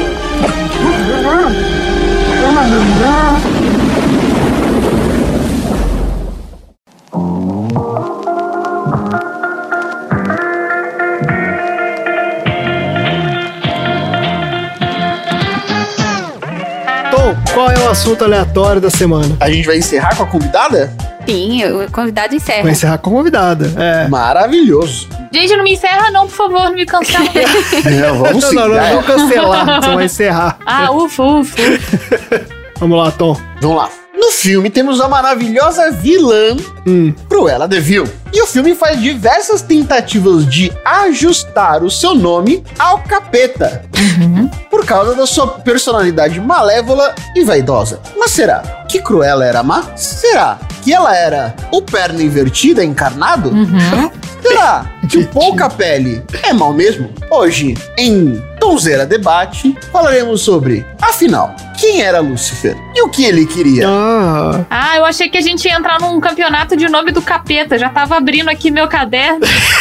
Tom, qual é o assunto aleatório da semana? A gente vai encerrar com a convidada? Sim, o convidado encerra. Vai encerrar com a convidada. É. Maravilhoso. Gente, não me encerra não, por favor, não me cancela. Não, vamos sim. Não, já é. vamos cancelar. Você vai encerrar. Ufa. Vamos lá, Tom. Vamos lá. No filme temos a maravilhosa vilã Cruella de Vil. E o filme faz diversas tentativas de ajustar o seu nome ao capeta. Por causa da sua personalidade malévola e vaidosa. Mas será que Cruella era má? Será que ela era o perna invertida encarnado? Será que o Pouca Pele é mal mesmo? Hoje, em Tonzeira Debate, falaremos sobre, afinal, quem era Lúcifer e o que ele queria. Ah, eu achei que a gente ia entrar num campeonato de nome do capeta. Já tava abrindo aqui meu caderno.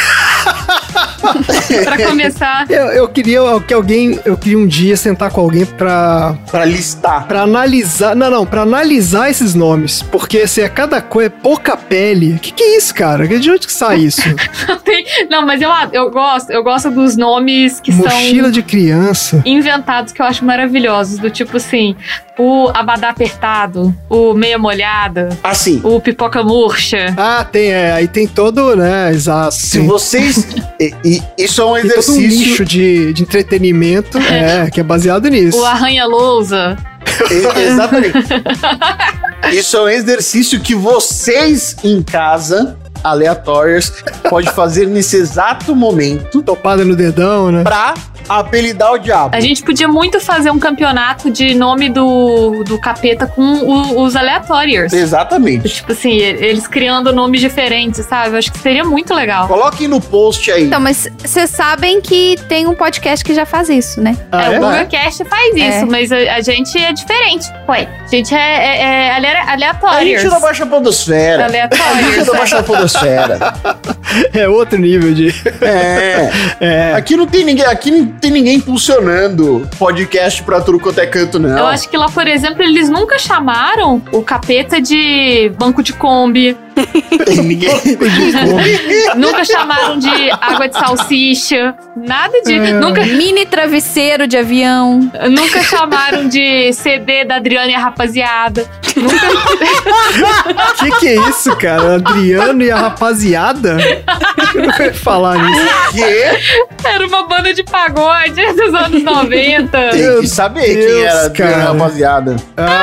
Pra começar. Eu queria um dia sentar com alguém pra listar. Pra analisar. Pra analisar esses nomes. Porque se é cada coisa, Pouca Pele. Que é isso, cara? De onde que sai isso? Não, mas eu gosto dos nomes que Mochila são de criança. inventados, que eu acho maravilhosos. Do tipo assim, o Abadá Apertado, o Meia Molhada, assim, o Pipoca Murcha. Ah, aí tem todo, né? Exato. Se vocês... isso é um tem exercício... todo um nicho de entretenimento que é baseado nisso. O Arranha-Lousa. Exatamente. Isso é um exercício que vocês em casa, aleatórios, pode fazer nesse exato momento. Topada no dedão, né? Pra apelidar o diabo. A gente podia muito fazer um campeonato de nome do capeta com os aleatórios. Exatamente. Tipo assim, eles criando nomes diferentes, sabe? Eu acho que seria muito legal. Coloquem no post aí. Então, mas vocês sabem que tem um podcast que já faz isso, né? O GugaCast faz isso, mas a gente é diferente. Ué, a gente é aleatório. A gente não baixa a podosfera. Aleatório. A gente não baixa a podosfera. É outro nível de... Aqui não tem ninguém impulsionando podcast pra tudo quanto é canto, não. Eu acho que lá, por exemplo, eles nunca chamaram o capeta de banco de Kombi. Nunca chamaram de água de salsicha. Nada de... Nunca... Mini travesseiro de avião. Nunca chamaram de CD da Adriana e a Rapaziada. Nunca... Que é isso, cara? Adriano e a Rapaziada? Eu não ia falar nisso. Era uma banda de pagode dos anos 90. Tem que saber quem era a Adriana, rapaziada.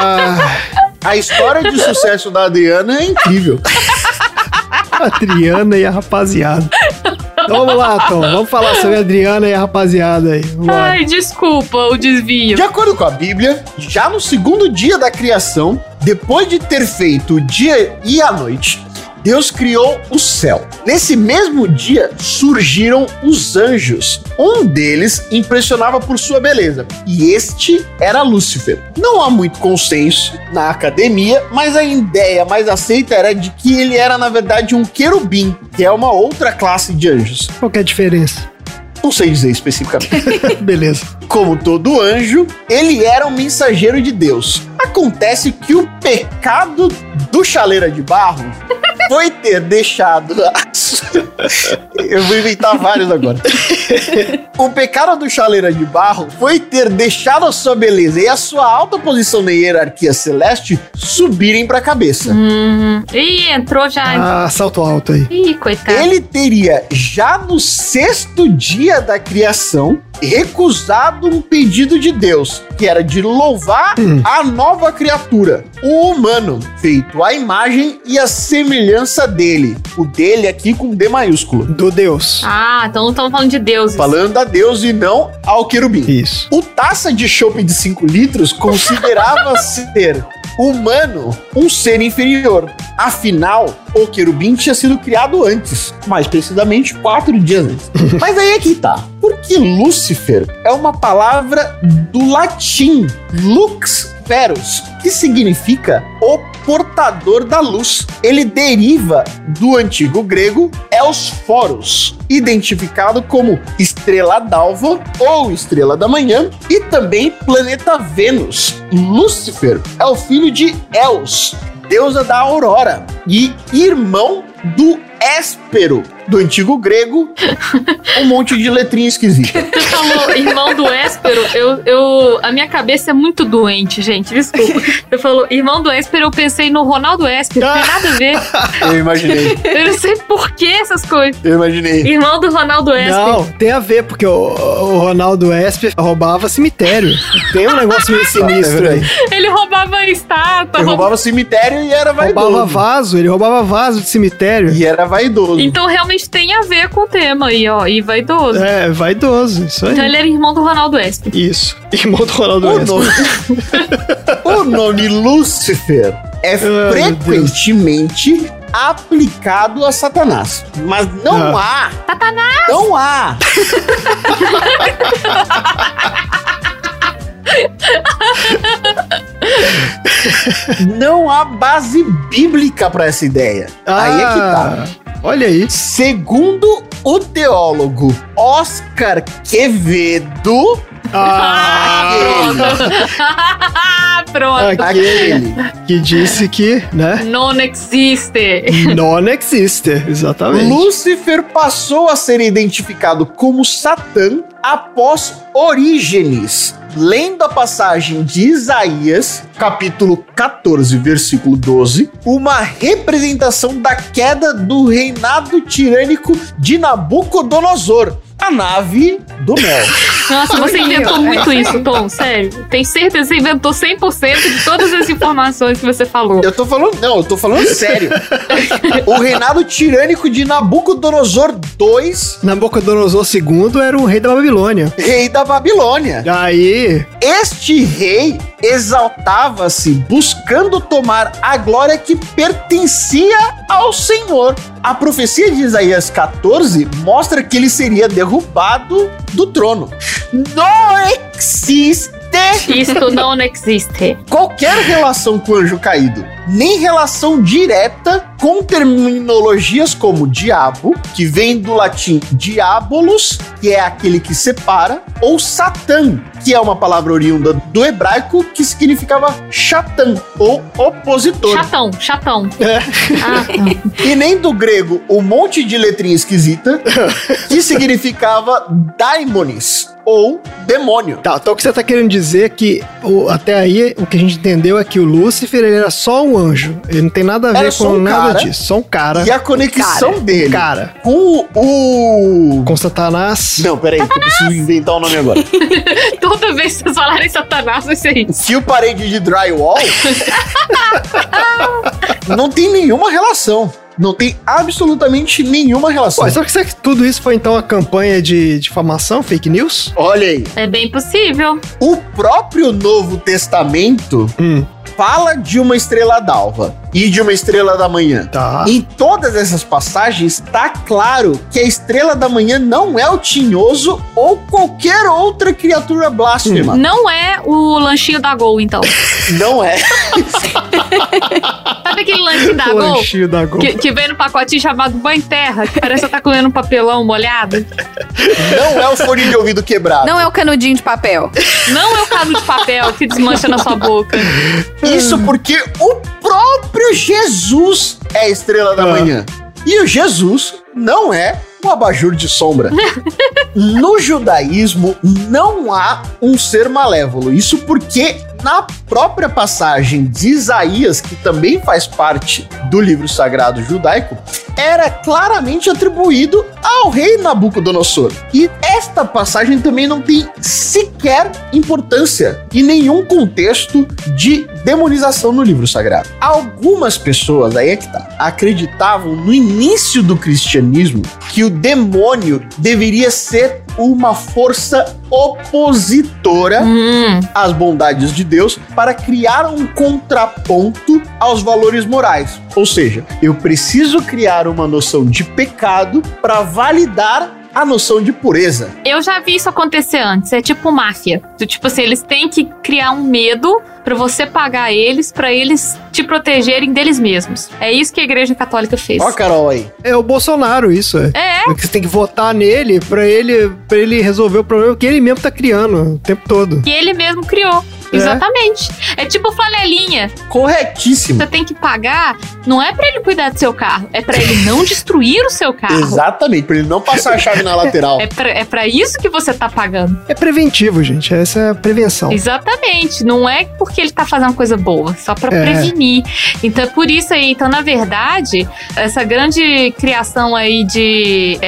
A história de sucesso da Adriana é incrível. Adriana e a Rapaziada. Então vamos lá, Tom. Vamos falar sobre a Adriana e a Rapaziada aí. Ai, desculpa o desvio. De acordo com a Bíblia, já no segundo dia da criação, depois de ter feito o dia e a noite, Deus criou o céu. Nesse mesmo dia surgiram os anjos. Um deles impressionava por sua beleza, e este era Lúcifer. Não há muito consenso na academia, mas a ideia mais aceita era de que ele era, na verdade, um querubim, que é uma outra classe de anjos. Qual que é a diferença? Não sei dizer especificamente. Beleza. Como todo anjo, ele era um mensageiro de Deus. Acontece que o pecado do chaleira de barro foi ter deixado... Eu vou inventar vários agora. O pecado do chaleira de barro foi ter deixado a sua beleza e a sua alta posição na hierarquia celeste subirem pra cabeça. Ih, entrou já. Salto alto aí. Ih, coitado. Ele teria, já no sexto dia da criação, recusado um pedido de Deus, que era de louvar a nova criatura, o humano, feito à imagem e à semelhança dele. O dele aqui com D maiúsculo. Do Deus. Ah, então não estamos falando de deuses. Falando a Deus e não ao querubim. Isso. O taça de chopp de 5 litros considerava ser humano um ser inferior. Afinal, o querubim tinha sido criado antes, mais precisamente 4 dias antes. Mas aí é que tá. Porque Lúcifer é uma palavra do latim, lux ferus, que significa o portador da luz. Ele deriva do antigo grego Eusforos, identificado como estrela d'alva ou estrela da manhã, e também planeta Vênus. Lúcifer é o filho de Eos, deusa da aurora, e irmão do Héspero, do antigo grego, um monte de letrinha esquisita. Você falou irmão do Héspero, a minha cabeça é muito doente, gente, desculpa. Você falou irmão do Héspero, eu pensei no Ronaldo Héspero, não tem nada a ver. Eu imaginei. Eu não sei por que essas coisas. Eu imaginei. Irmão do Ronaldo Héspero. Não, tem a ver, porque o Ronaldo Héspero roubava cemitério. Tem um negócio meio sinistro aí. Ele roubava estátua. Ele roubava cemitério e era vaidoso. Roubava vaso, ele roubava vaso de cemitério. E era vaidoso. Então realmente tem a ver com o tema aí, ó. E vaidoso. É, vaidoso, isso aí. Então ele era irmão do Ronaldo Héspero. Isso, irmão do Ronaldo Héspero. O nome Lúcifer é frequentemente aplicado a Satanás. Mas não há... Satanás! Não há... Não há base bíblica para essa ideia. Aí é que tá. Olha aí. Segundo o teólogo Oscar Quevedo... Pronto. Aquele que disse que, né? Non existe. Non existe, exatamente. Lúcifer passou a ser identificado como Satã após Orígenes, lendo a passagem de Isaías, capítulo 14, versículo 12, uma representação da queda do reinado tirânico de Nabucodonosor, a nave do mel. Nossa, você inventou muito isso, Tom, sério. Tenho certeza que você inventou 100% de todas as informações que você falou. Eu tô falando sério. O reinado tirânico de Nabucodonosor II. Nabucodonosor II era o rei da Babilônia. Rei da Babilônia. Aí... Este rei exaltava-se buscando tomar a glória que pertencia ao Senhor. A profecia de Isaías 14 mostra que ele seria derrubado do trono. Não existe Isto não existe. qualquer relação com o anjo caído, nem relação direta com terminologias como diabo, que vem do latim diabolos, que é aquele que separa, ou Satã, que é uma palavra oriunda do hebraico que significava chatã, ou opositor. Chatão. E nem do grego o monte de letrinha esquisita, que significava daimonis, ou demônio. Tá, então o que você tá querendo dizer é que até aí o que a gente entendeu é que o Lúcifer ele era só um anjo. Ele não tem nada a ver com nada disso. Só um cara. E a conexão dele com o... com Satanás. Não, peraí, que eu preciso inventar o nome agora. Toda vez que vocês falarem Satanás vai ser isso. Fio parede de drywall não tem nenhuma relação. Não tem absolutamente nenhuma relação. Pô, será que tudo isso foi então uma campanha de difamação, fake news? Olha aí. É bem possível. O próprio Novo Testamento fala de uma estrela d'alva e de uma estrela da manhã. Tá. Em todas essas passagens, tá claro que a estrela da manhã não é o tinhoso ou qualquer outra criatura blasfema. Não é o lanchinho da Gol, então. Não é. Sabe aquele lanchinho da Gol? Lanchinho da Gol. Que vem no pacotinho chamado banho terra, que parece que tá comendo um papelão molhado. Não é o fone de ouvido quebrado. Não é o canudinho de papel. Não é o cano de papel que desmancha na sua boca. Isso porque o próprio Jesus é a estrela da manhã. E o Jesus não é um abajur de sombra. No judaísmo não há um ser malévolo. Isso porque na própria passagem de Isaías, que também faz parte do livro sagrado judaico, era claramente atribuído ao rei Nabucodonosor. E esta passagem também não tem sequer importância em nenhum contexto de demonização no livro sagrado. Algumas pessoas, aí é que tá, acreditavam no início do cristianismo que o demônio deveria ser uma força opositora às bondades de Deus para criar um contraponto aos valores morais. Ou seja, eu preciso criar uma noção de pecado para validar a noção de pureza. Eu já vi isso acontecer antes. É tipo máfia. Tipo assim, eles têm que criar um medo pra você pagar eles, pra eles te protegerem deles mesmos. É isso que a Igreja Católica fez. Ó, Carol aí. É o Bolsonaro, isso. Você tem que votar nele pra ele resolver o problema que ele mesmo tá criando o tempo todo. Que ele mesmo criou. Exatamente. É tipo flanelinha. Corretíssimo. Você tem que pagar, não é pra ele cuidar do seu carro, é pra ele não destruir o seu carro. Exatamente, pra ele não passar a chave na lateral. É pra isso que você tá pagando. É preventivo, gente. Essa é a prevenção. Exatamente. Não é porque ele tá fazendo coisa boa, só pra prevenir. Então é por isso aí. Então, na verdade, essa grande criação aí de...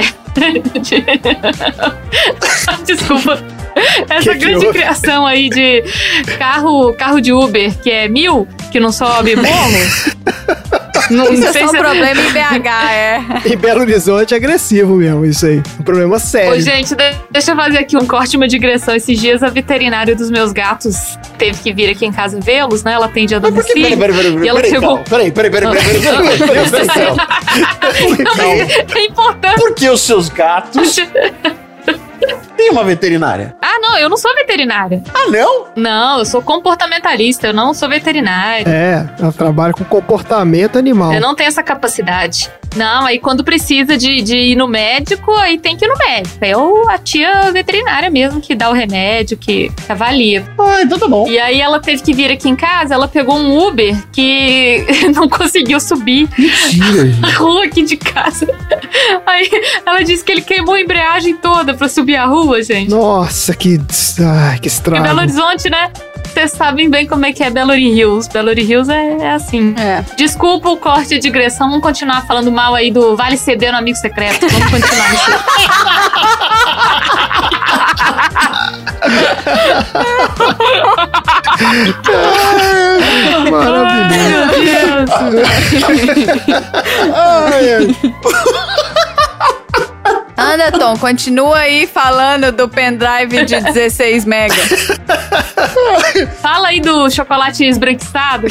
Desculpa. Essa grande criação aí de carro de Uber, que é 1000, que não sobe morro. Isso é só um problema em BH, Em Belo Horizonte é agressivo mesmo, isso aí. Um problema sério. Ô, gente, deixa eu fazer aqui um corte, uma digressão. Esses dias a veterinária dos meus gatos teve que vir aqui em casa vê-los, né? Ela atende a domicílio. Peraí, e ela chegou... Peraí. É importante. Por que os seus gatos têm uma veterinária? Ah, não, eu não sou veterinária. Ah, não? Não, eu sou comportamentalista, eu não sou veterinária. Ela trabalha com comportamento animal. Eu não tenho essa capacidade. Não, aí quando precisa de ir no médico, aí tem que ir no médico. Eu, a tia veterinária mesmo, que dá o remédio, que avalia. Ah, então tá bom. E aí ela teve que vir aqui em casa, ela pegou um Uber que não conseguiu subir. Mentira, gente. A rua aqui de casa. Aí ela disse que ele queimou a embreagem toda pra subir a rua, gente. Nossa, que estrago. Em Belo Horizonte, né? Vocês sabem bem como é que é Belo Hills. Belo Hills é assim. Desculpa o corte de digressão. Vamos continuar falando mal aí do Vale CD no Amigo Secreto. Vamos continuar isso. Maravilhoso. Anda, Tom, continua aí falando do pendrive de 16 mega. Fala aí do chocolate esbranquiçado.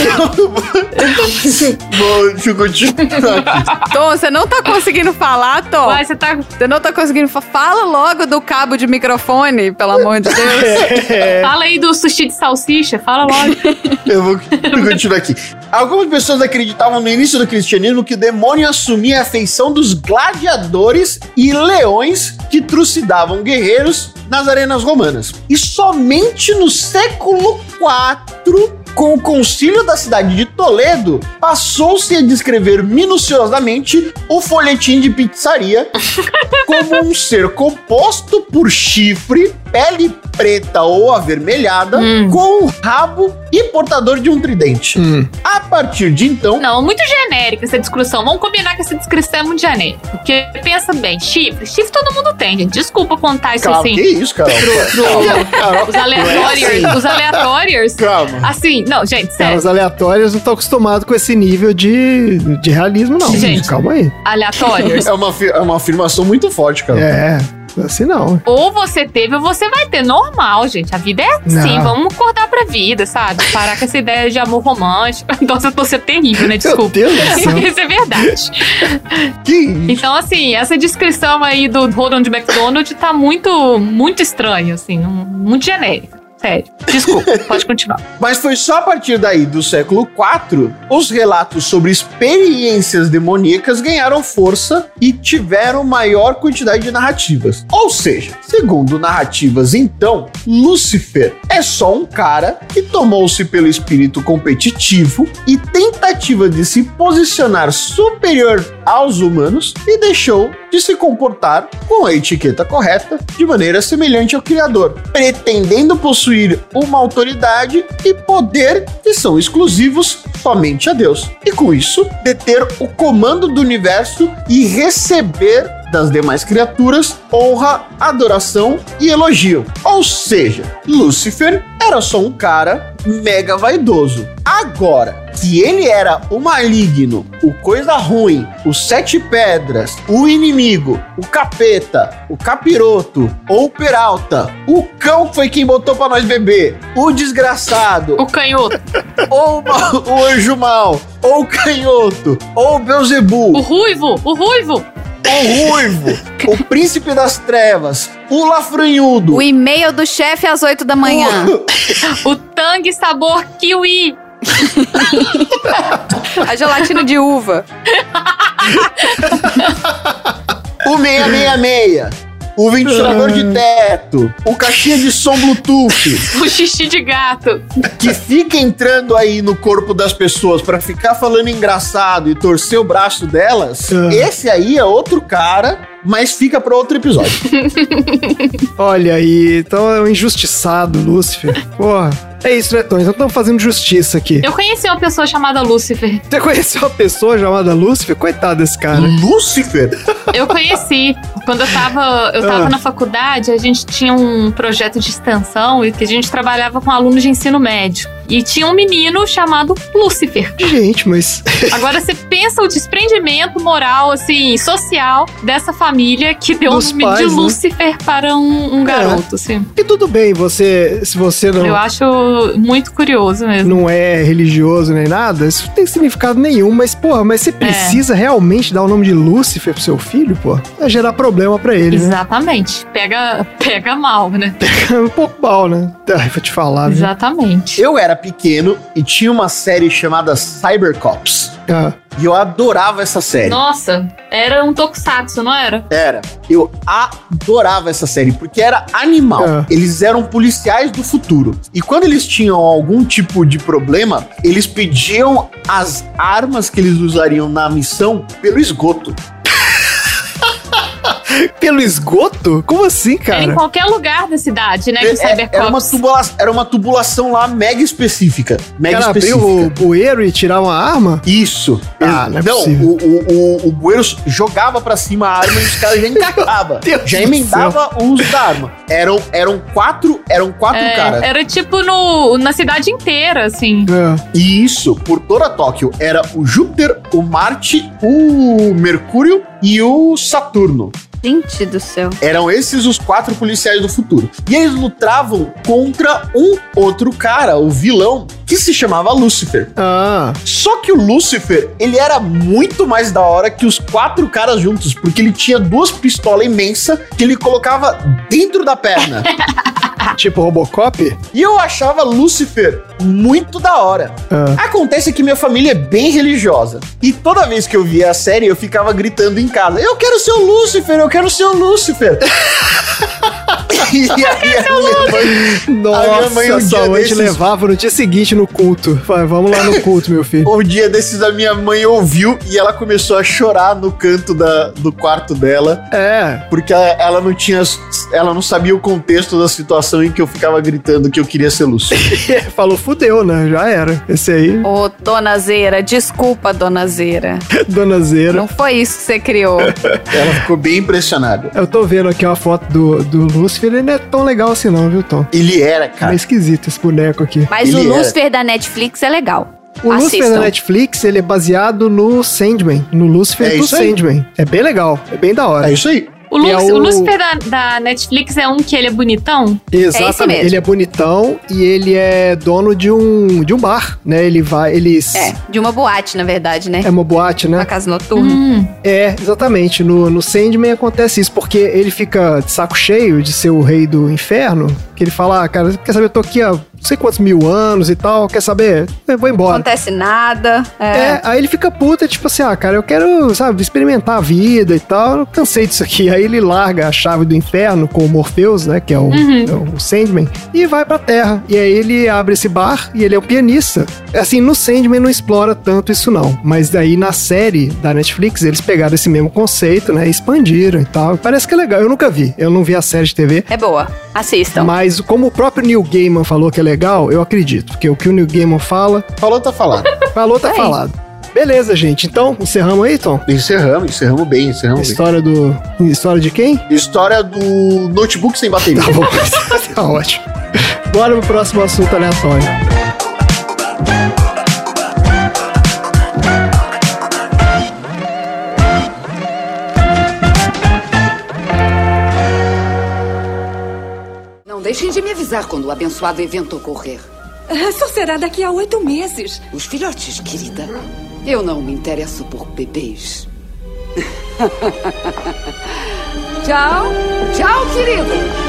Bom, deixa eu continuar aqui. Tom, você não tá conseguindo falar, Tom? Vai, você não tá conseguindo falar. Fala logo do cabo de microfone, pelo amor de Deus. Fala aí do sushi de salsicha, fala logo. Eu vou continuar aqui. Algumas pessoas acreditavam no início do cristianismo que o demônio assumia a feição dos gladiadores e leões que trucidavam guerreiros nas arenas romanas. E somente no século IV, com o concílio da cidade de Toledo, passou-se a descrever minuciosamente o folhetim de pizzaria como um ser composto por chifre, pele preta ou avermelhada, com um rabo e portador de um tridente. A partir de então... Não, muito genérica essa descrição. Vamos combinar que essa descrição é muito genérica. Porque, pensa bem, chifre todo mundo tem, gente. Desculpa contar isso assim. Que isso, Carol? Os aleatórios. Calma. Assim, não, gente, sério. Os aleatórios não estão acostumados com esse nível de realismo, não. Gente, calma aí. Aleatórios. É uma afirmação muito forte, Carol. Assim não. Ou você teve ou você vai ter. Normal, gente. A vida é assim. Não. Vamos acordar pra vida, sabe? Parar com essa ideia de amor romântico. Nossa, eu tô sendo terrível, né? Desculpa. Meu Deus do céu. Isso é verdade. Que isso? Então, assim, essa descrição aí do Ronald McDonald tá muito, muito estranha, assim. Muito genérica. Sério. Desculpa, pode continuar. Mas foi só a partir daí, do século IV, os relatos sobre experiências demoníacas ganharam força e tiveram maior quantidade de narrativas. Ou seja, segundo narrativas, então, Lúcifer é só um cara que tomou-se pelo espírito competitivo e tentativa de se posicionar superior aos humanos e deixou de se comportar com a etiqueta correta de maneira semelhante ao Criador, pretendendo possuir uma autoridade e poder que são exclusivos somente a Deus. E com isso, deter o comando do universo e receber das demais criaturas honra, adoração e elogio. Ou seja, Lúcifer era só um cara mega vaidoso. Agora, que ele era o maligno, o coisa ruim, os sete pedras, o inimigo, o capeta, o capiroto, ou o peralta, o cão que foi quem botou pra nós beber, o desgraçado, O canhoto. ou o anjo mau, ou o canhoto, ou o Beelzebub, O ruivo. o ruivo, o príncipe das trevas, o lafranhudo, O e-mail do chefe às 8 da manhã. O tangue sabor kiwi. A gelatina de uva. o 666, o ventilador de teto, o caixinha de som Bluetooth, O xixi de gato. que fica entrando aí no corpo das pessoas pra ficar falando engraçado e torcer o braço delas, esse aí é outro cara, mas fica pra outro episódio. Olha aí, então é um injustiçado, Lúcifer. Porra. É isso, né, Tom? Então estamos fazendo justiça aqui. Eu conheci uma pessoa chamada Lúcifer. Você conheceu uma pessoa chamada Lúcifer? Coitado desse cara. Lúcifer? Eu conheci. Quando eu tava na faculdade, a gente tinha um projeto de extensão e que a gente trabalhava com alunos de ensino médio. E tinha um menino chamado Lúcifer. Gente, mas... Agora você pensa o desprendimento moral, assim, social dessa família que deu o nome de Lúcifer para um garoto, assim. E tudo bem, se você não... Eu acho muito curioso mesmo. Não é religioso nem nada, isso não tem significado nenhum, mas, porra, mas você precisa realmente dar o nome de Lúcifer pro seu filho, pô? Vai gerar problema pra ele. Exatamente. Pega mal, né? Pega um pouco mal, né? Vou te falar. Exatamente. Eu era pequeno e tinha uma série chamada Cybercops. E eu adorava essa série. Nossa, era um tokusatsu, não era? Era. Eu adorava essa série, porque era animal. Eles eram policiais do futuro. E quando eles tinham algum tipo de problema, eles pediam as armas que eles usariam na missão pelo esgoto. Pelo esgoto? Como assim, cara? Em qualquer lugar da cidade, né? Que o Cybercops... Era uma tubulação lá mega específica. Mega específica. Abriu o bueiro e tirar uma arma? Isso. Não, o bueiro jogava pra cima a arma e os caras já encaixavam. Já emendava o uso da arma. Eram quatro caras. Era tipo na cidade inteira, assim. E isso, por toda Tóquio, era o Júpiter, o Marte, o Mercúrio e o Saturno. Gente do céu. Eram esses os 4 policiais do futuro. E eles lutavam contra um outro cara, o vilão, que se chamava Lúcifer. Só que o Lúcifer, ele era muito mais da hora que os 4 caras juntos, porque ele tinha 2 pistolas imensas que ele colocava dentro da perna. Tipo Robocop? E eu achava Lúcifer muito da hora. Acontece que minha família é bem religiosa. E toda vez que eu via a série, eu ficava gritando em casa: eu quero ser o Lúcifer, eu quero ser o Lúcifer. E aí a minha mãe sua mãe te levava no dia seguinte no culto. Vai, vamos lá no culto, meu filho. Um dia desses a minha mãe ouviu e ela começou a chorar no canto do quarto dela. Porque ela não sabia o contexto da situação em que eu ficava gritando que eu queria ser Lúcifer. Falou, fudeu, né? Já era. Esse aí. Ô, Dona Zera, desculpa, Dona Zera. Dona Zera. Não foi isso que você criou. Ela ficou bem impressionada. Eu tô vendo aqui uma foto do Lúcifer, ele não é tão legal assim não, viu, Tom? Ele era, cara. É esquisito esse boneco aqui. Mas o Lúcifer da Netflix é legal. O Lúcifer da Netflix, ele é baseado no Sandman, no Lúcifer do Sandman. É bem legal, é bem da hora. É isso aí. O Lúcifer da Netflix é um que ele é bonitão? Exatamente. Ele é bonitão e ele é dono de um bar, né? De uma boate, na verdade, né? É uma boate, né? Uma casa noturna. Exatamente. No Sandman acontece isso, porque ele fica de saco cheio de ser o rei do inferno, que ele fala, cara, quer saber, eu tô aqui há não sei quantos mil anos e tal, quer saber? Eu vou embora. Não acontece nada. Aí ele fica puta, tipo assim, cara, eu quero, sabe, experimentar a vida e tal, eu cansei disso aqui. Aí ele larga a chave do inferno com o Morpheus, né, que é o Sandman, e vai pra Terra. E aí ele abre esse bar e ele é um pianista. Assim, no Sandman não explora tanto isso não, mas daí na série da Netflix eles pegaram esse mesmo conceito, né, e expandiram e tal. Parece que é legal, eu nunca vi, eu não vi a série de TV. É boa, assistam. Mas como o próprio Neil Gaiman falou que é legal, eu acredito, porque o que o Neil Gaiman fala... Falou, tá falado. Falou, tá falado. Beleza, gente. Então, encerramos aí, Tom? Encerramos bem. História de quem? História do notebook sem bateria. Tá bom, tá ótimo. Bora pro próximo assunto aleatório. Não deixem de me avisar quando o abençoado evento ocorrer. Só será daqui a 8 meses. Os filhotes, querida. Eu não me interesso por bebês. Tchau. Tchau, querido.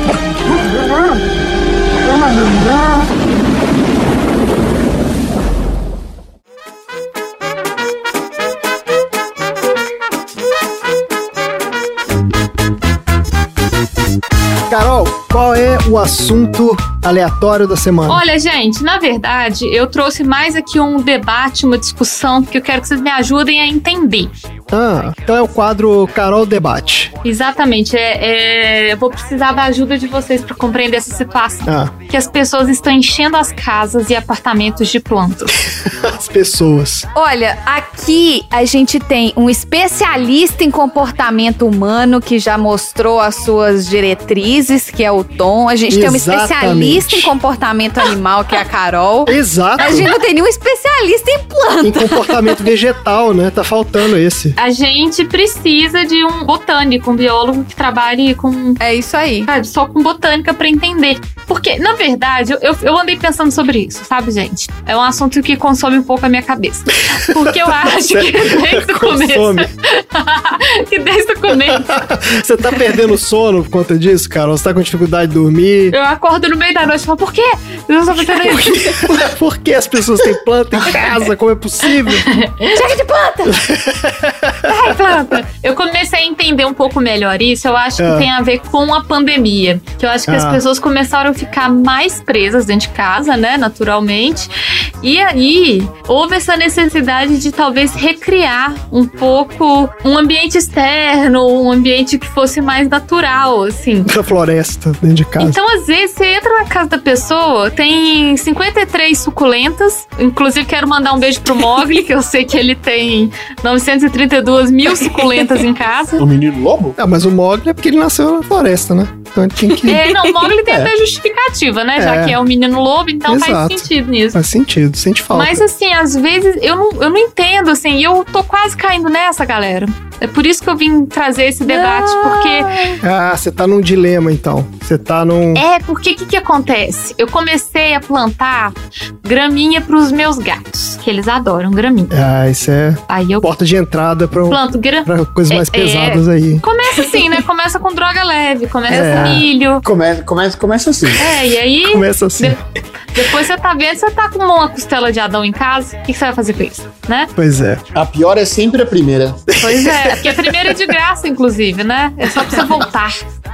Carol, qual é o assunto aleatório da semana? Olha, gente, na verdade, eu trouxe mais aqui um debate, uma discussão, porque eu quero que vocês me ajudem a entender. Então é o quadro Carol Debate. Exatamente. Eu vou precisar da ajuda de vocês para compreender essa situação. Que as pessoas estão enchendo as casas e apartamentos de plantas. As pessoas. Olha, aqui a gente tem um especialista em comportamento humano que já mostrou as suas diretrizes, que é o Tom. A gente tem um especialista em comportamento animal, que é a Carol. Exato. A gente não tem nenhum especialista em planta. Em comportamento vegetal, né? Tá faltando esse. A gente precisa de um botânico, um biólogo que trabalhe com... É isso aí. Sabe, só com botânica pra entender. Porque, na verdade, eu andei pensando sobre isso, sabe, gente? É um assunto que consome um pouco a minha cabeça. Porque eu acho que desde o começo... que desde o começo... Você tá perdendo sono por conta disso, cara? Você tá com dificuldade de dormir? Eu acordo no meio da noite e falo, por quê? Eu não tô fazendo isso. Por que as pessoas têm planta em casa? Como é possível? Chega de planta! Ai, planta! Eu comecei a entender um pouco melhor isso. Eu acho que tem a ver com a pandemia. Que eu acho que as pessoas começaram a ficar mais presas dentro de casa, né? Naturalmente. E aí, houve essa necessidade de talvez recriar um pouco um ambiente externo, um ambiente que fosse mais natural, assim. Da floresta, dentro de casa. Então, às vezes, você entra na casa da pessoa, tem 53 suculentas. Inclusive, quero mandar um beijo pro Mogli, que eu sei que ele tem 932 mil suculentas em casa. O menino lobo? Mas o Mogli é porque ele nasceu na floresta, né? Então ele tinha que... Não, o Mogli tem até justificativa, né? Já que é o menino lobo, então faz sentido nisso. Faz sentido, sente falta. Mas assim, às vezes eu não entendo, assim, e eu tô quase caindo nessa, galera. É por isso que eu vim trazer esse debate, porque... você tá num dilema, então. Você tá num... Porque o que acontece? Eu comecei a plantar graminha pros meus gatos, que eles adoram graminha. Isso é aí porta de entrada pra coisas mais pesadas aí. Começa assim, né? Começa com droga leve, começa com milho. Começa assim. E aí... Começa assim. Depois você tá vendo, você tá com uma costela de Adão em casa, o que você vai fazer com isso, né? Pois é. A pior é sempre a primeira. Pois é, porque a primeira é de graça, inclusive, né? É só pra você voltar.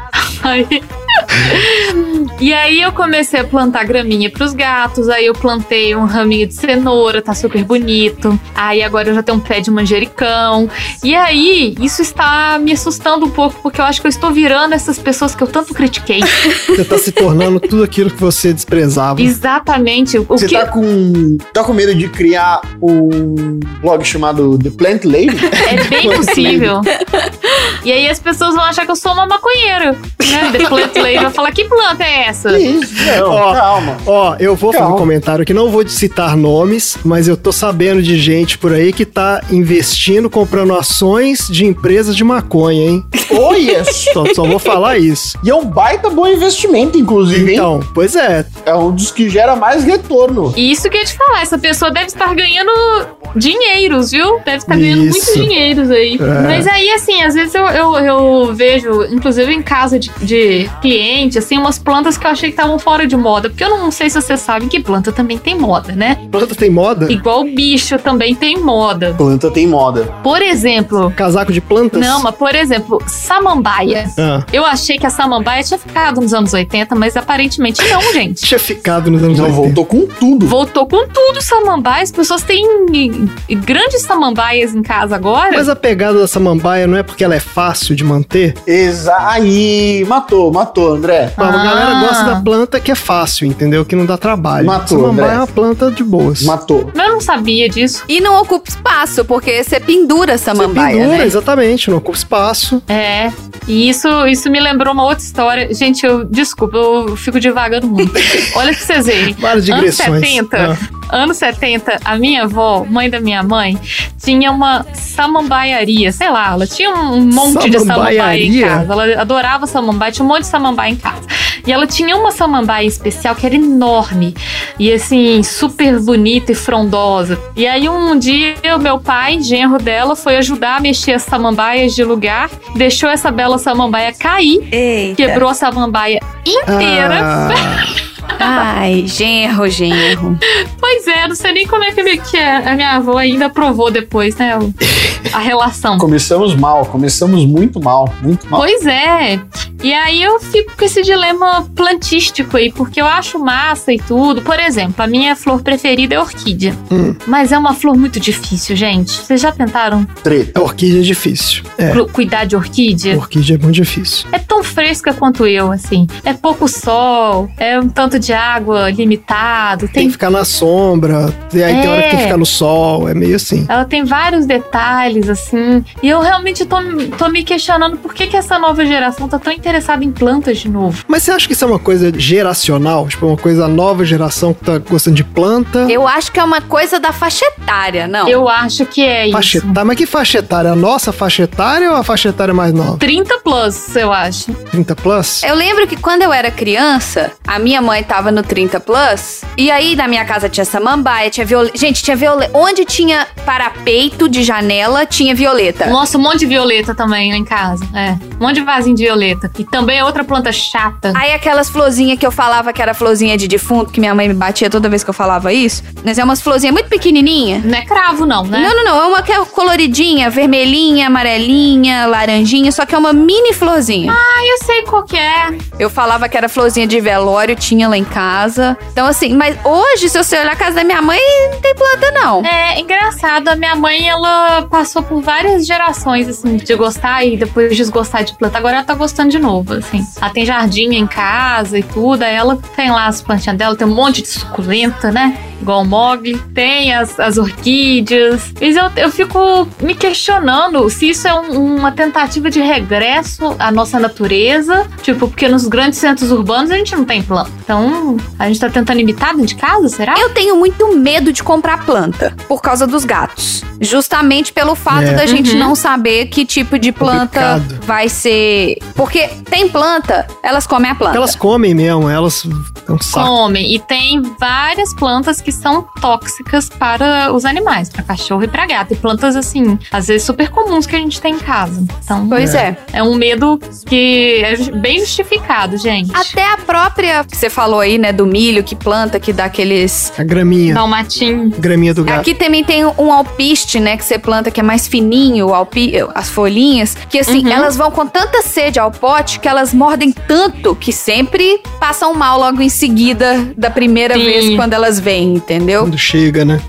E aí eu comecei a plantar graminha pros gatos, aí eu plantei um raminho de cenoura, tá super bonito. Aí agora eu já tenho um pé de manjericão. E aí, isso está me assustando um pouco, porque eu acho que eu estou virando essas pessoas que eu tanto critiquei. Você tá se tornando tudo aquilo que você desprezava. Exatamente. Você tá com medo de criar um blog chamado The Plant Lady? É bem possível. E aí as pessoas vão achar que eu sou uma maconheira, né? The Plant Lady vai falar, que planta é essa? Isso, calma. Eu vou fazer um comentário que não vou citar nomes, mas eu tô sabendo de gente por aí que tá investindo, comprando ações de empresas de maconha, hein? Olha! Só vou falar isso. E é um baita bom investimento, inclusive, então, hein? Pois é. É um dos que gera mais retorno. E isso que eu ia te falar, essa pessoa deve estar ganhando dinheiros, viu? Deve estar ganhando muitos dinheiros aí. Mas aí, assim, às vezes eu vejo, inclusive em casa de cliente, assim, umas plantas que eu achei que estavam fora de moda. Porque eu não sei se vocês sabem que planta também tem moda, né? Planta tem moda? Igual bicho também tem moda. Planta tem moda. Por exemplo... Casaco de plantas? Não, mas por exemplo, samambaia. Eu achei que a samambaia tinha ficado nos anos 80, mas aparentemente não, gente. Tinha ficado nos anos 80. Voltou com tudo. Voltou com tudo, samambaia. As pessoas têm grandes samambaias em casa agora. Mas a pegada da samambaia não é porque ela é fácil de manter? Aí, matou, André. A galera gosta da planta que é fácil, entendeu? Que não dá trabalho. Matou, samambaia André. É uma planta de boas. Matou. Mas eu não sabia disso. E não ocupa espaço, porque você pendura a samambaia, pendura, né? Exatamente, não ocupa espaço. E isso me lembrou uma outra história. Gente, desculpa, eu fico divagando muito. Olha pra vocês verem. Várias digressões. Anos 70, a minha avó, mãe da minha mãe, tinha uma samambaiaria, sei lá, ela tinha um monte de samambaia em casa. Ela adorava samambaia, tinha um monte de samambaia em casa. E ela tinha uma samambaia especial que era enorme e assim, super bonita e frondosa. E aí um dia o meu pai, genro dela, foi ajudar a mexer as samambaias de lugar, deixou essa bela samambaia cair, quebrou a samambaia inteira. Ai, genro. Pois é, não sei nem como é que a minha avó ainda aprovou depois, né? A relação. Começamos muito mal. Pois é. E aí eu fico com esse dilema plantístico aí, porque eu acho massa e tudo. Por exemplo, a minha flor preferida é a orquídea. Mas é uma flor muito difícil, gente. Vocês já tentaram Treta. A orquídea é difícil. cuidar de orquídea? Orquídea é muito difícil. É tão fresca quanto eu, assim. É pouco sol, é um tanto de água limitado. Tem que ficar na sombra, e aí tem hora que tem que ficar no sol, é meio assim. Ela tem vários detalhes, assim. E eu realmente tô me questionando por que essa nova geração tá tão interessada em plantas de novo. Mas você acha que isso é uma coisa geracional? Tipo, uma coisa nova geração que tá gostando de planta? Eu acho que é uma coisa da faixa etária, não? Eu acho que é Faixa isso. etária? Mas que faixa etária? A nossa faixa etária ou a faixa etária mais nova? 30 plus, eu acho. 30 plus? Eu lembro que quando eu era criança, a minha mãe tava no 30 plus, e aí na minha casa tinha samambaia, tinha violeta. Gente, tinha violeta. Onde tinha parapeito de janela, tinha violeta. Nossa, um monte de violeta também lá em casa. É, um monte de vasinho de violeta. E também é outra planta chata. Aí aquelas florzinhas que eu falava que era florzinha de defunto, que minha mãe me batia toda vez que eu falava isso, mas é umas florzinhas muito pequenininhas. Não é cravo, não, né? Não. É uma que é coloridinha, vermelhinha, amarelinha, laranjinha, só que é uma mini florzinha. Ah, eu sei qual que é. Eu falava que era florzinha de velório, tinha lá em casa. Então assim, mas hoje, se você olhar a casa da minha mãe, não tem planta não. É engraçado, a minha mãe, ela passou por várias gerações, assim, de gostar e depois desgostar de planta. Agora ela tá gostando de novo, assim. Ela tem jardim em casa e tudo, aí ela tem lá as plantinhas dela, tem um monte de suculenta, né? Igual o Mogli. Tem as orquídeas. Mas eu fico me questionando se isso é uma tentativa de regresso à nossa natureza. Tipo, porque nos grandes centros urbanos a gente não tem planta. Então, a gente tá tentando imitar dentro de casa, será? Eu tenho muito medo de comprar planta por causa dos gatos. Justamente pelo fato da gente não saber que tipo de planta vai ser. Porque tem planta, elas comem a planta. Elas comem mesmo, elas é um saco. Comem. E tem várias plantas que são tóxicas para os animais, para cachorro e para gato. E plantas, assim, às vezes super comuns que a gente tem em casa. Então, Pois é. É um medo que é bem justificado, gente. Até a própria que você falou aí, né, do milho que planta, que dá aqueles... A graminha. Dá um matinho. Graminha do gato. Aqui também tem um alpiste, né, que você planta, que é mais fininho, as folhinhas, que assim, elas vão com tanta sede ao pote que elas mordem tanto que sempre passam mal logo em seguida da primeira vez quando elas vêm, entendeu? Quando chega, né?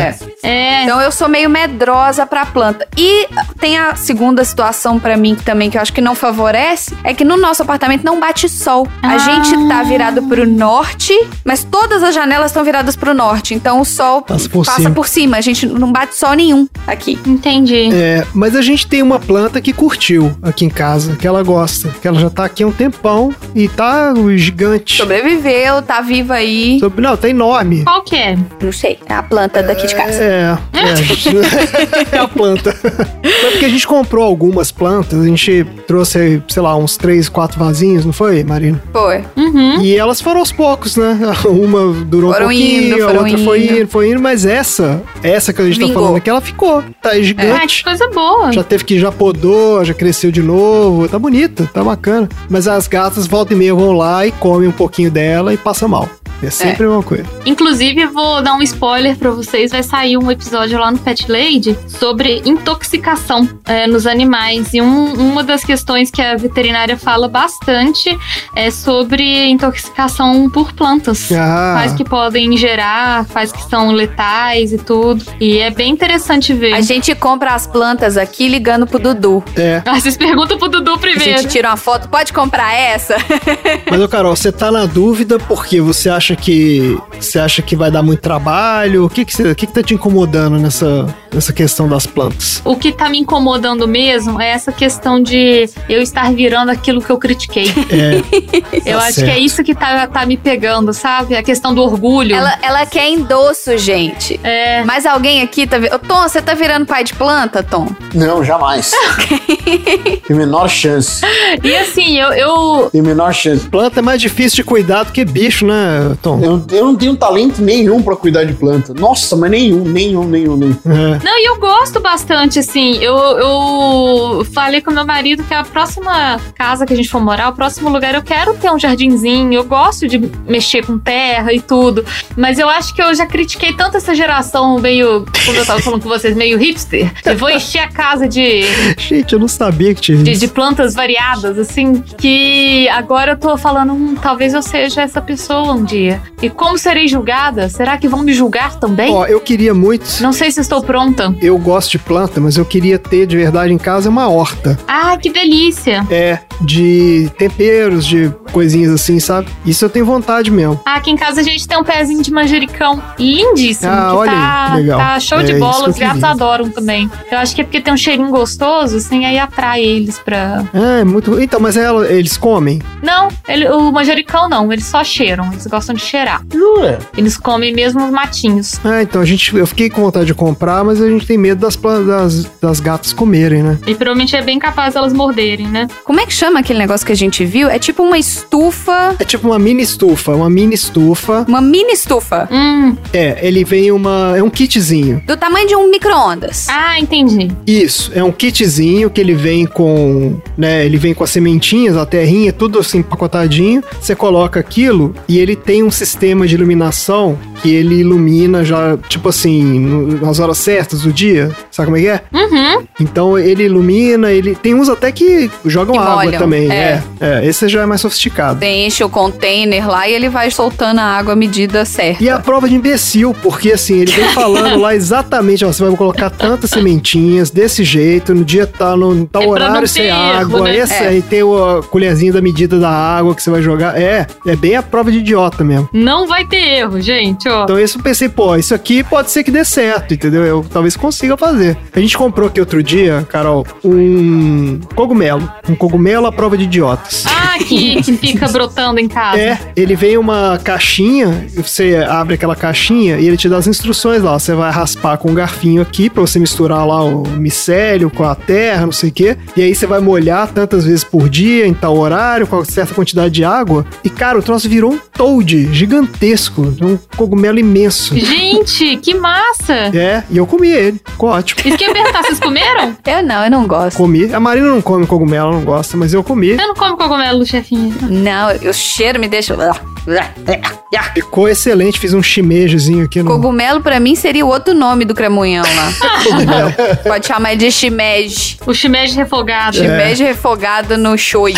É. Então eu sou meio medrosa pra planta. E tem a segunda situação pra mim também que eu acho que não favorece, é que no nosso apartamento não bate sol. A gente tá virado pro norte, mas todas as janelas estão viradas pro norte, então o sol passa por cima. A gente não bate sol nenhum aqui. Entendi. Mas a gente tem uma planta que curtiu aqui em casa, que ela gosta, que ela já tá aqui há um tempão e tá gigante. Sobreviveu, tá viva aí. Não, tá enorme. Qual que é? Não sei, é a planta daqui de casa. É a planta. Foi porque a gente comprou algumas plantas, a gente trouxe, sei lá, uns 3, 4 vasinhos, não foi, Marina? Foi. E elas foram aos poucos, né? Uma durou um pouquinho, a outra foi indo, mas essa que a gente tá falando aqui, ela ficou, tá gigante. Que coisa boa. Já podou, já cresceu de novo, tá bonita, tá bacana. Mas as gatas volta e meia vão lá e comem um pouquinho dela e passa mal. É sempre uma coisa. Inclusive, vou dar um spoiler pra vocês. Vai sair um episódio lá no Pet Lady sobre intoxicação nos animais. E uma das questões que a veterinária fala bastante é sobre intoxicação por plantas. Quais que podem gerar, quais que são letais e tudo. E é bem interessante ver. A gente compra as plantas aqui ligando pro Dudu. Vocês perguntam pro Dudu primeiro. A gente tira uma foto, pode comprar essa? Mas, Carol, você tá na dúvida porque você acha que vai dar muito trabalho? O que tá te incomodando nessa questão das plantas? O que tá me incomodando mesmo é essa questão de eu estar virando aquilo que eu critiquei. Eu acho que é isso que tá me pegando, sabe? A questão do orgulho. Ela quer endosso, gente. Mas alguém aqui tá... Tom, você tá virando pai de planta, Tom? Não, jamais. Tem menor chance. E assim, Tem menor chance. Planta é mais difícil de cuidar do que bicho, né, Tom? Eu não tenho tenho talento nenhum pra cuidar de planta. Nossa, mas nenhum. Não, e eu gosto bastante, assim. Eu falei com meu marido que a próxima casa que a gente for morar, o próximo lugar, eu quero ter um jardinzinho. Eu gosto de mexer com terra e tudo. Mas eu acho que eu já critiquei tanto essa geração meio, como eu tava falando com vocês, meio hipster. Eu vou encher a casa de... Gente, eu não sabia que tinha de plantas variadas, assim, que agora eu tô falando, talvez eu seja essa pessoa um dia. E como serei julgada? Será que vão me julgar também? Ó, eu queria muito... Não sei se estou pronta. Eu gosto de planta, mas eu queria ter de verdade em casa uma horta. Ah, que delícia. É, de temperos, de coisinhas assim, sabe? Isso eu tenho vontade mesmo. Ah, aqui em casa a gente tem um pezinho de manjericão lindíssimo. Ah, que olha tá, aí, legal. Tá show de É, bola, isso que eu os gatos queria. adoram também. Eu acho que é porque tem um cheirinho gostoso, assim, aí atrai eles pra... É, muito... Então, mas eles comem? Não, o manjericão não, eles só cheiram, eles gostam de cheirar. Jura? Eles comem mesmo os matinhos. Ah, então eu fiquei com vontade de comprar, mas a gente tem medo das gatas comerem, né? E provavelmente é bem capaz delas morderem, né? Como é que chama aquele negócio que a gente viu? É tipo uma estufa... É tipo uma mini estufa. Uma mini estufa. Ele vem é um kitzinho. Do tamanho de um micro-ondas. Ah, entendi. Isso, é um kitzinho que ele vem com, né, ele vem com as sementinhas, a terrinha, tudo assim empacotadinho. Você coloca aquilo e ele tem um sistema de iluminação que ele ilumina já, tipo assim, nas horas certas do dia. Sabe como é que é? Uhum. Então ele ilumina, ele tem uns até que jogam Que água molham, também. é. Esse já é mais sofisticado. Você enche o container lá e ele vai soltando a água à medida certa. E a prova de imbecil, porque assim, ele vem falando lá exatamente, ó, você vai colocar tantas sementinhas desse jeito, no dia tal horário sem água, né? Aí tem a colherzinha da medida da água que você vai jogar. É bem a prova de idiota mesmo. Não vai ter erro, gente, ó. Então isso eu pensei, pô, isso aqui pode ser que dê certo, entendeu? Eu talvez consiga fazer. A gente comprou aqui outro dia, Carol, um cogumelo à prova de idiotas. Ah, que fica brotando em casa. Ele vem uma caixinha, você abre aquela caixinha e ele te dá as instruções lá. Você vai raspar com um garfinho aqui pra você misturar lá o micélio com a terra, não sei o quê. E aí você vai molhar tantas vezes por dia, em tal horário, com certa quantidade de água. E, cara, o troço virou um toad gigantesco, um cogumelo imenso. Gente, que massa! E eu comi ele. Ficou ótimo. Isso que eu ia perguntar, vocês comeram? Eu não gosto. Comi. A Marina não come cogumelo, ela não gosta, mas eu comi. Você não come cogumelo, chefinha? Não, o cheiro me deixa... Ficou excelente, fiz um shimejizinho aqui no... Cogumelo pra mim seria o outro nome do cremunhão lá. Pode chamar de shimeji. O shimeji refogado. Shimeji refogado no shoyu.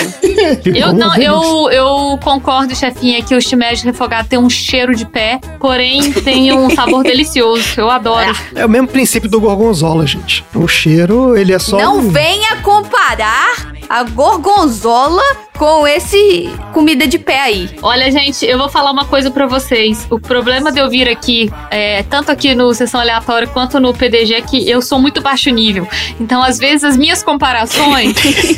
Eu concordo, chefinha, que o shimeji refogado tem um cheiro de pé, porém tem um sabor delicioso. Eu adoro. É o mesmo princípio do gorgonzola, gente. O cheiro, ele é só... Não venha comparar a gorgonzola com esse comida de pé aí. Olha, gente, eu vou falar uma coisa pra vocês. O problema de eu vir aqui, tanto aqui no Sessão Aleatória quanto no PDG, é que eu sou muito baixo nível. Então, às vezes, as minhas comparações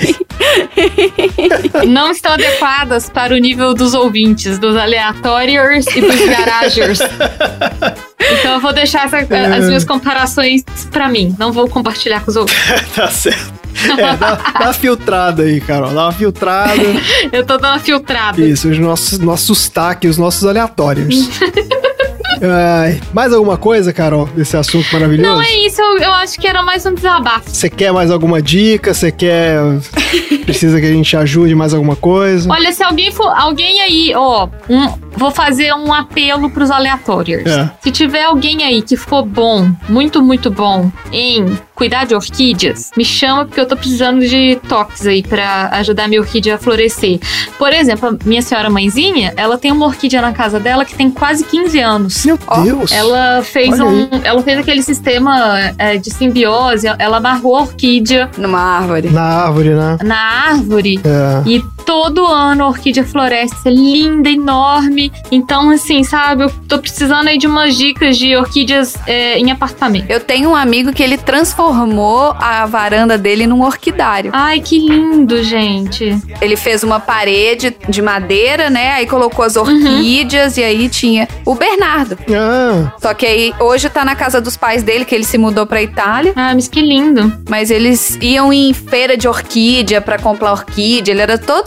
não estão adequadas para o nível dos ouvintes, dos aleatórios e dos garagers. Então, eu vou deixar as minhas comparações pra mim. Não vou compartilhar com os ouvintes. Tá certo. Dá uma filtrada aí, Carol. Dá uma filtrada. Eu tô dando uma filtrada. Isso, os nossos taques, os nossos aleatórios. Mais alguma coisa, Carol, desse assunto maravilhoso? Não, é isso. Eu acho que era mais um desabafo. Você quer mais alguma dica? Você quer... Precisa que a gente ajude mais alguma coisa? Olha, se alguém aí, vou fazer um apelo pros aleatórios. Se tiver alguém aí que for bom, muito, muito bom em cuidar de orquídeas, me chama, porque eu tô precisando de toques aí pra ajudar minha orquídea a florescer. Por exemplo, a minha senhora mãezinha, ela tem uma orquídea na casa dela que tem quase 15 anos. Meu Deus! Ela fez aquele sistema de simbiose, ela amarrou a orquídea numa árvore. Na árvore, né? Na árvore. E todo ano a orquídea floresce, é linda, enorme. Então, assim, sabe, eu tô precisando aí de umas dicas de orquídeas em apartamento. Eu tenho um amigo que ele transformou a varanda dele num orquidário. Ai, que lindo, gente. Ele fez uma parede de madeira, né? Aí colocou as orquídeas e aí tinha o Bernardo. Só que aí hoje tá na casa dos pais dele, que ele se mudou pra Itália. Ah, mas que lindo. Mas eles iam em feira de orquídea pra comprar orquídea. Ele era todos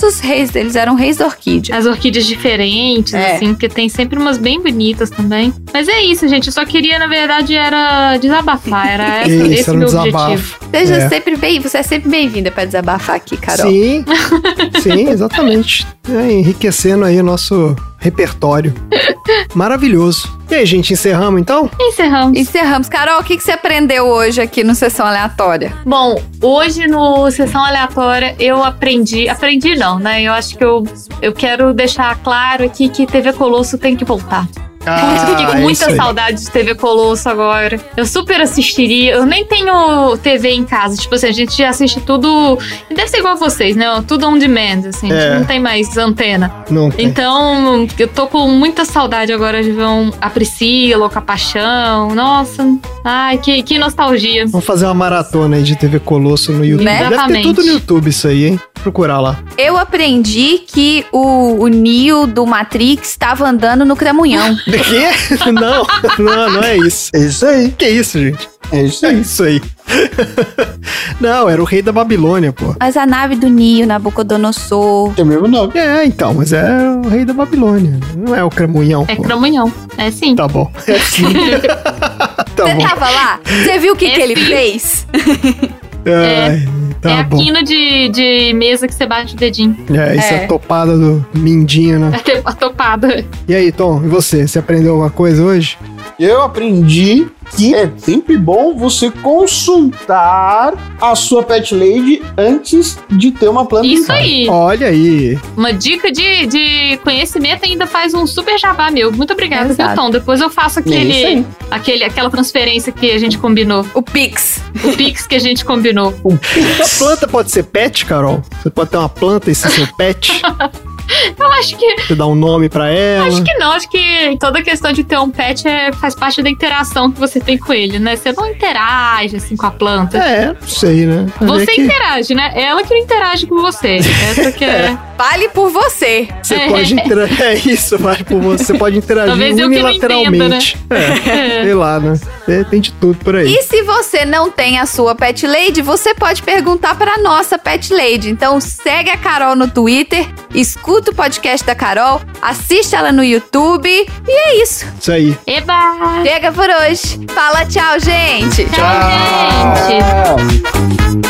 os reis deles eram reis da orquídea. As orquídeas diferentes, assim, porque tem sempre umas bem bonitas também. Mas é isso, gente. Eu só queria, na verdade, era desabafar. Era esse meu objetivo. Você é sempre bem-vinda pra desabafar aqui, Carol. Sim, sim, exatamente. Enriquecendo aí o nosso repertório. Maravilhoso. E aí, gente, encerramos então? Encerramos. Carol, o que você aprendeu hoje aqui no Sessão Aleatória? Bom, hoje no Sessão Aleatória eu aprendi não, né? Eu acho que eu quero deixar claro aqui que TV Colosso tem que voltar. Eu fiquei com muita saudade de TV Colosso agora. Eu super assistiria. Eu nem tenho TV em casa. Tipo assim, a gente já assiste tudo. Deve ser igual a vocês, né? Tudo on demand, assim. A gente não tem mais antena. Não tem. Então, eu tô com muita saudade agora de ver a Priscila, o Capaixão. Nossa. Ai, que nostalgia. Vamos fazer uma maratona aí de TV Colosso no YouTube. Né? Deve ter tudo no YouTube isso aí, hein? Procurar lá. Eu aprendi que o Neo do Matrix estava andando no Cramunhão. De quê? Não é isso. É isso aí. Que isso, gente? É isso É aí. isso aí. Não, era o rei da Babilônia, pô. Mas a nave do Neo, Nabucodonosor. Tem o mesmo nome. Então, mas é o rei da Babilônia. Não é o Cramunhão, É pô. Cramunhão. É sim. Tá bom. É sim. Tá Você bom. tava lá? Você viu o que ele fez? Ai, tá bom. A quina de mesa que você bate o dedinho. Isso é a topada do mindinho, né? A topada. E aí, Tom, e você? Você aprendeu alguma coisa hoje? Eu aprendi que é sempre bom você consultar a sua pet lady antes de ter uma planta em Isso casa. aí. Olha aí. Uma dica de conhecimento ainda faz um super jabá meu. Muito obrigada, Exato. viu, Tom? Depois eu faço aquela transferência que a gente combinou. O Pix. O Pix que a gente combinou. A planta pode ser pet, Carol? Você pode ter uma planta e ser seu pet? Eu acho que... Você dá um nome pra ela? Acho que não. Acho que toda a questão de ter um pet faz parte da interação que você tem com ele, né? Você não interage, assim, com a planta. Não sei, né? Você interage, né? Ela que não interage com você. Essa que é... Vale por você. Você pode interagir. É isso, vale por você. Você pode interagir Talvez eu que não unilateralmente. Sei lá, né? Tem de tudo por aí. E se você não tem a sua pet lady, você pode perguntar pra nossa pet lady. Então segue a Carol no Twitter, escuta o podcast da Carol, assiste ela no YouTube e é isso. Isso aí. Eba! Chega por hoje. Fala tchau, gente. Tchau, gente!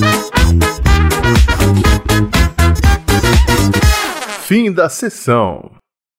Fim da sessão.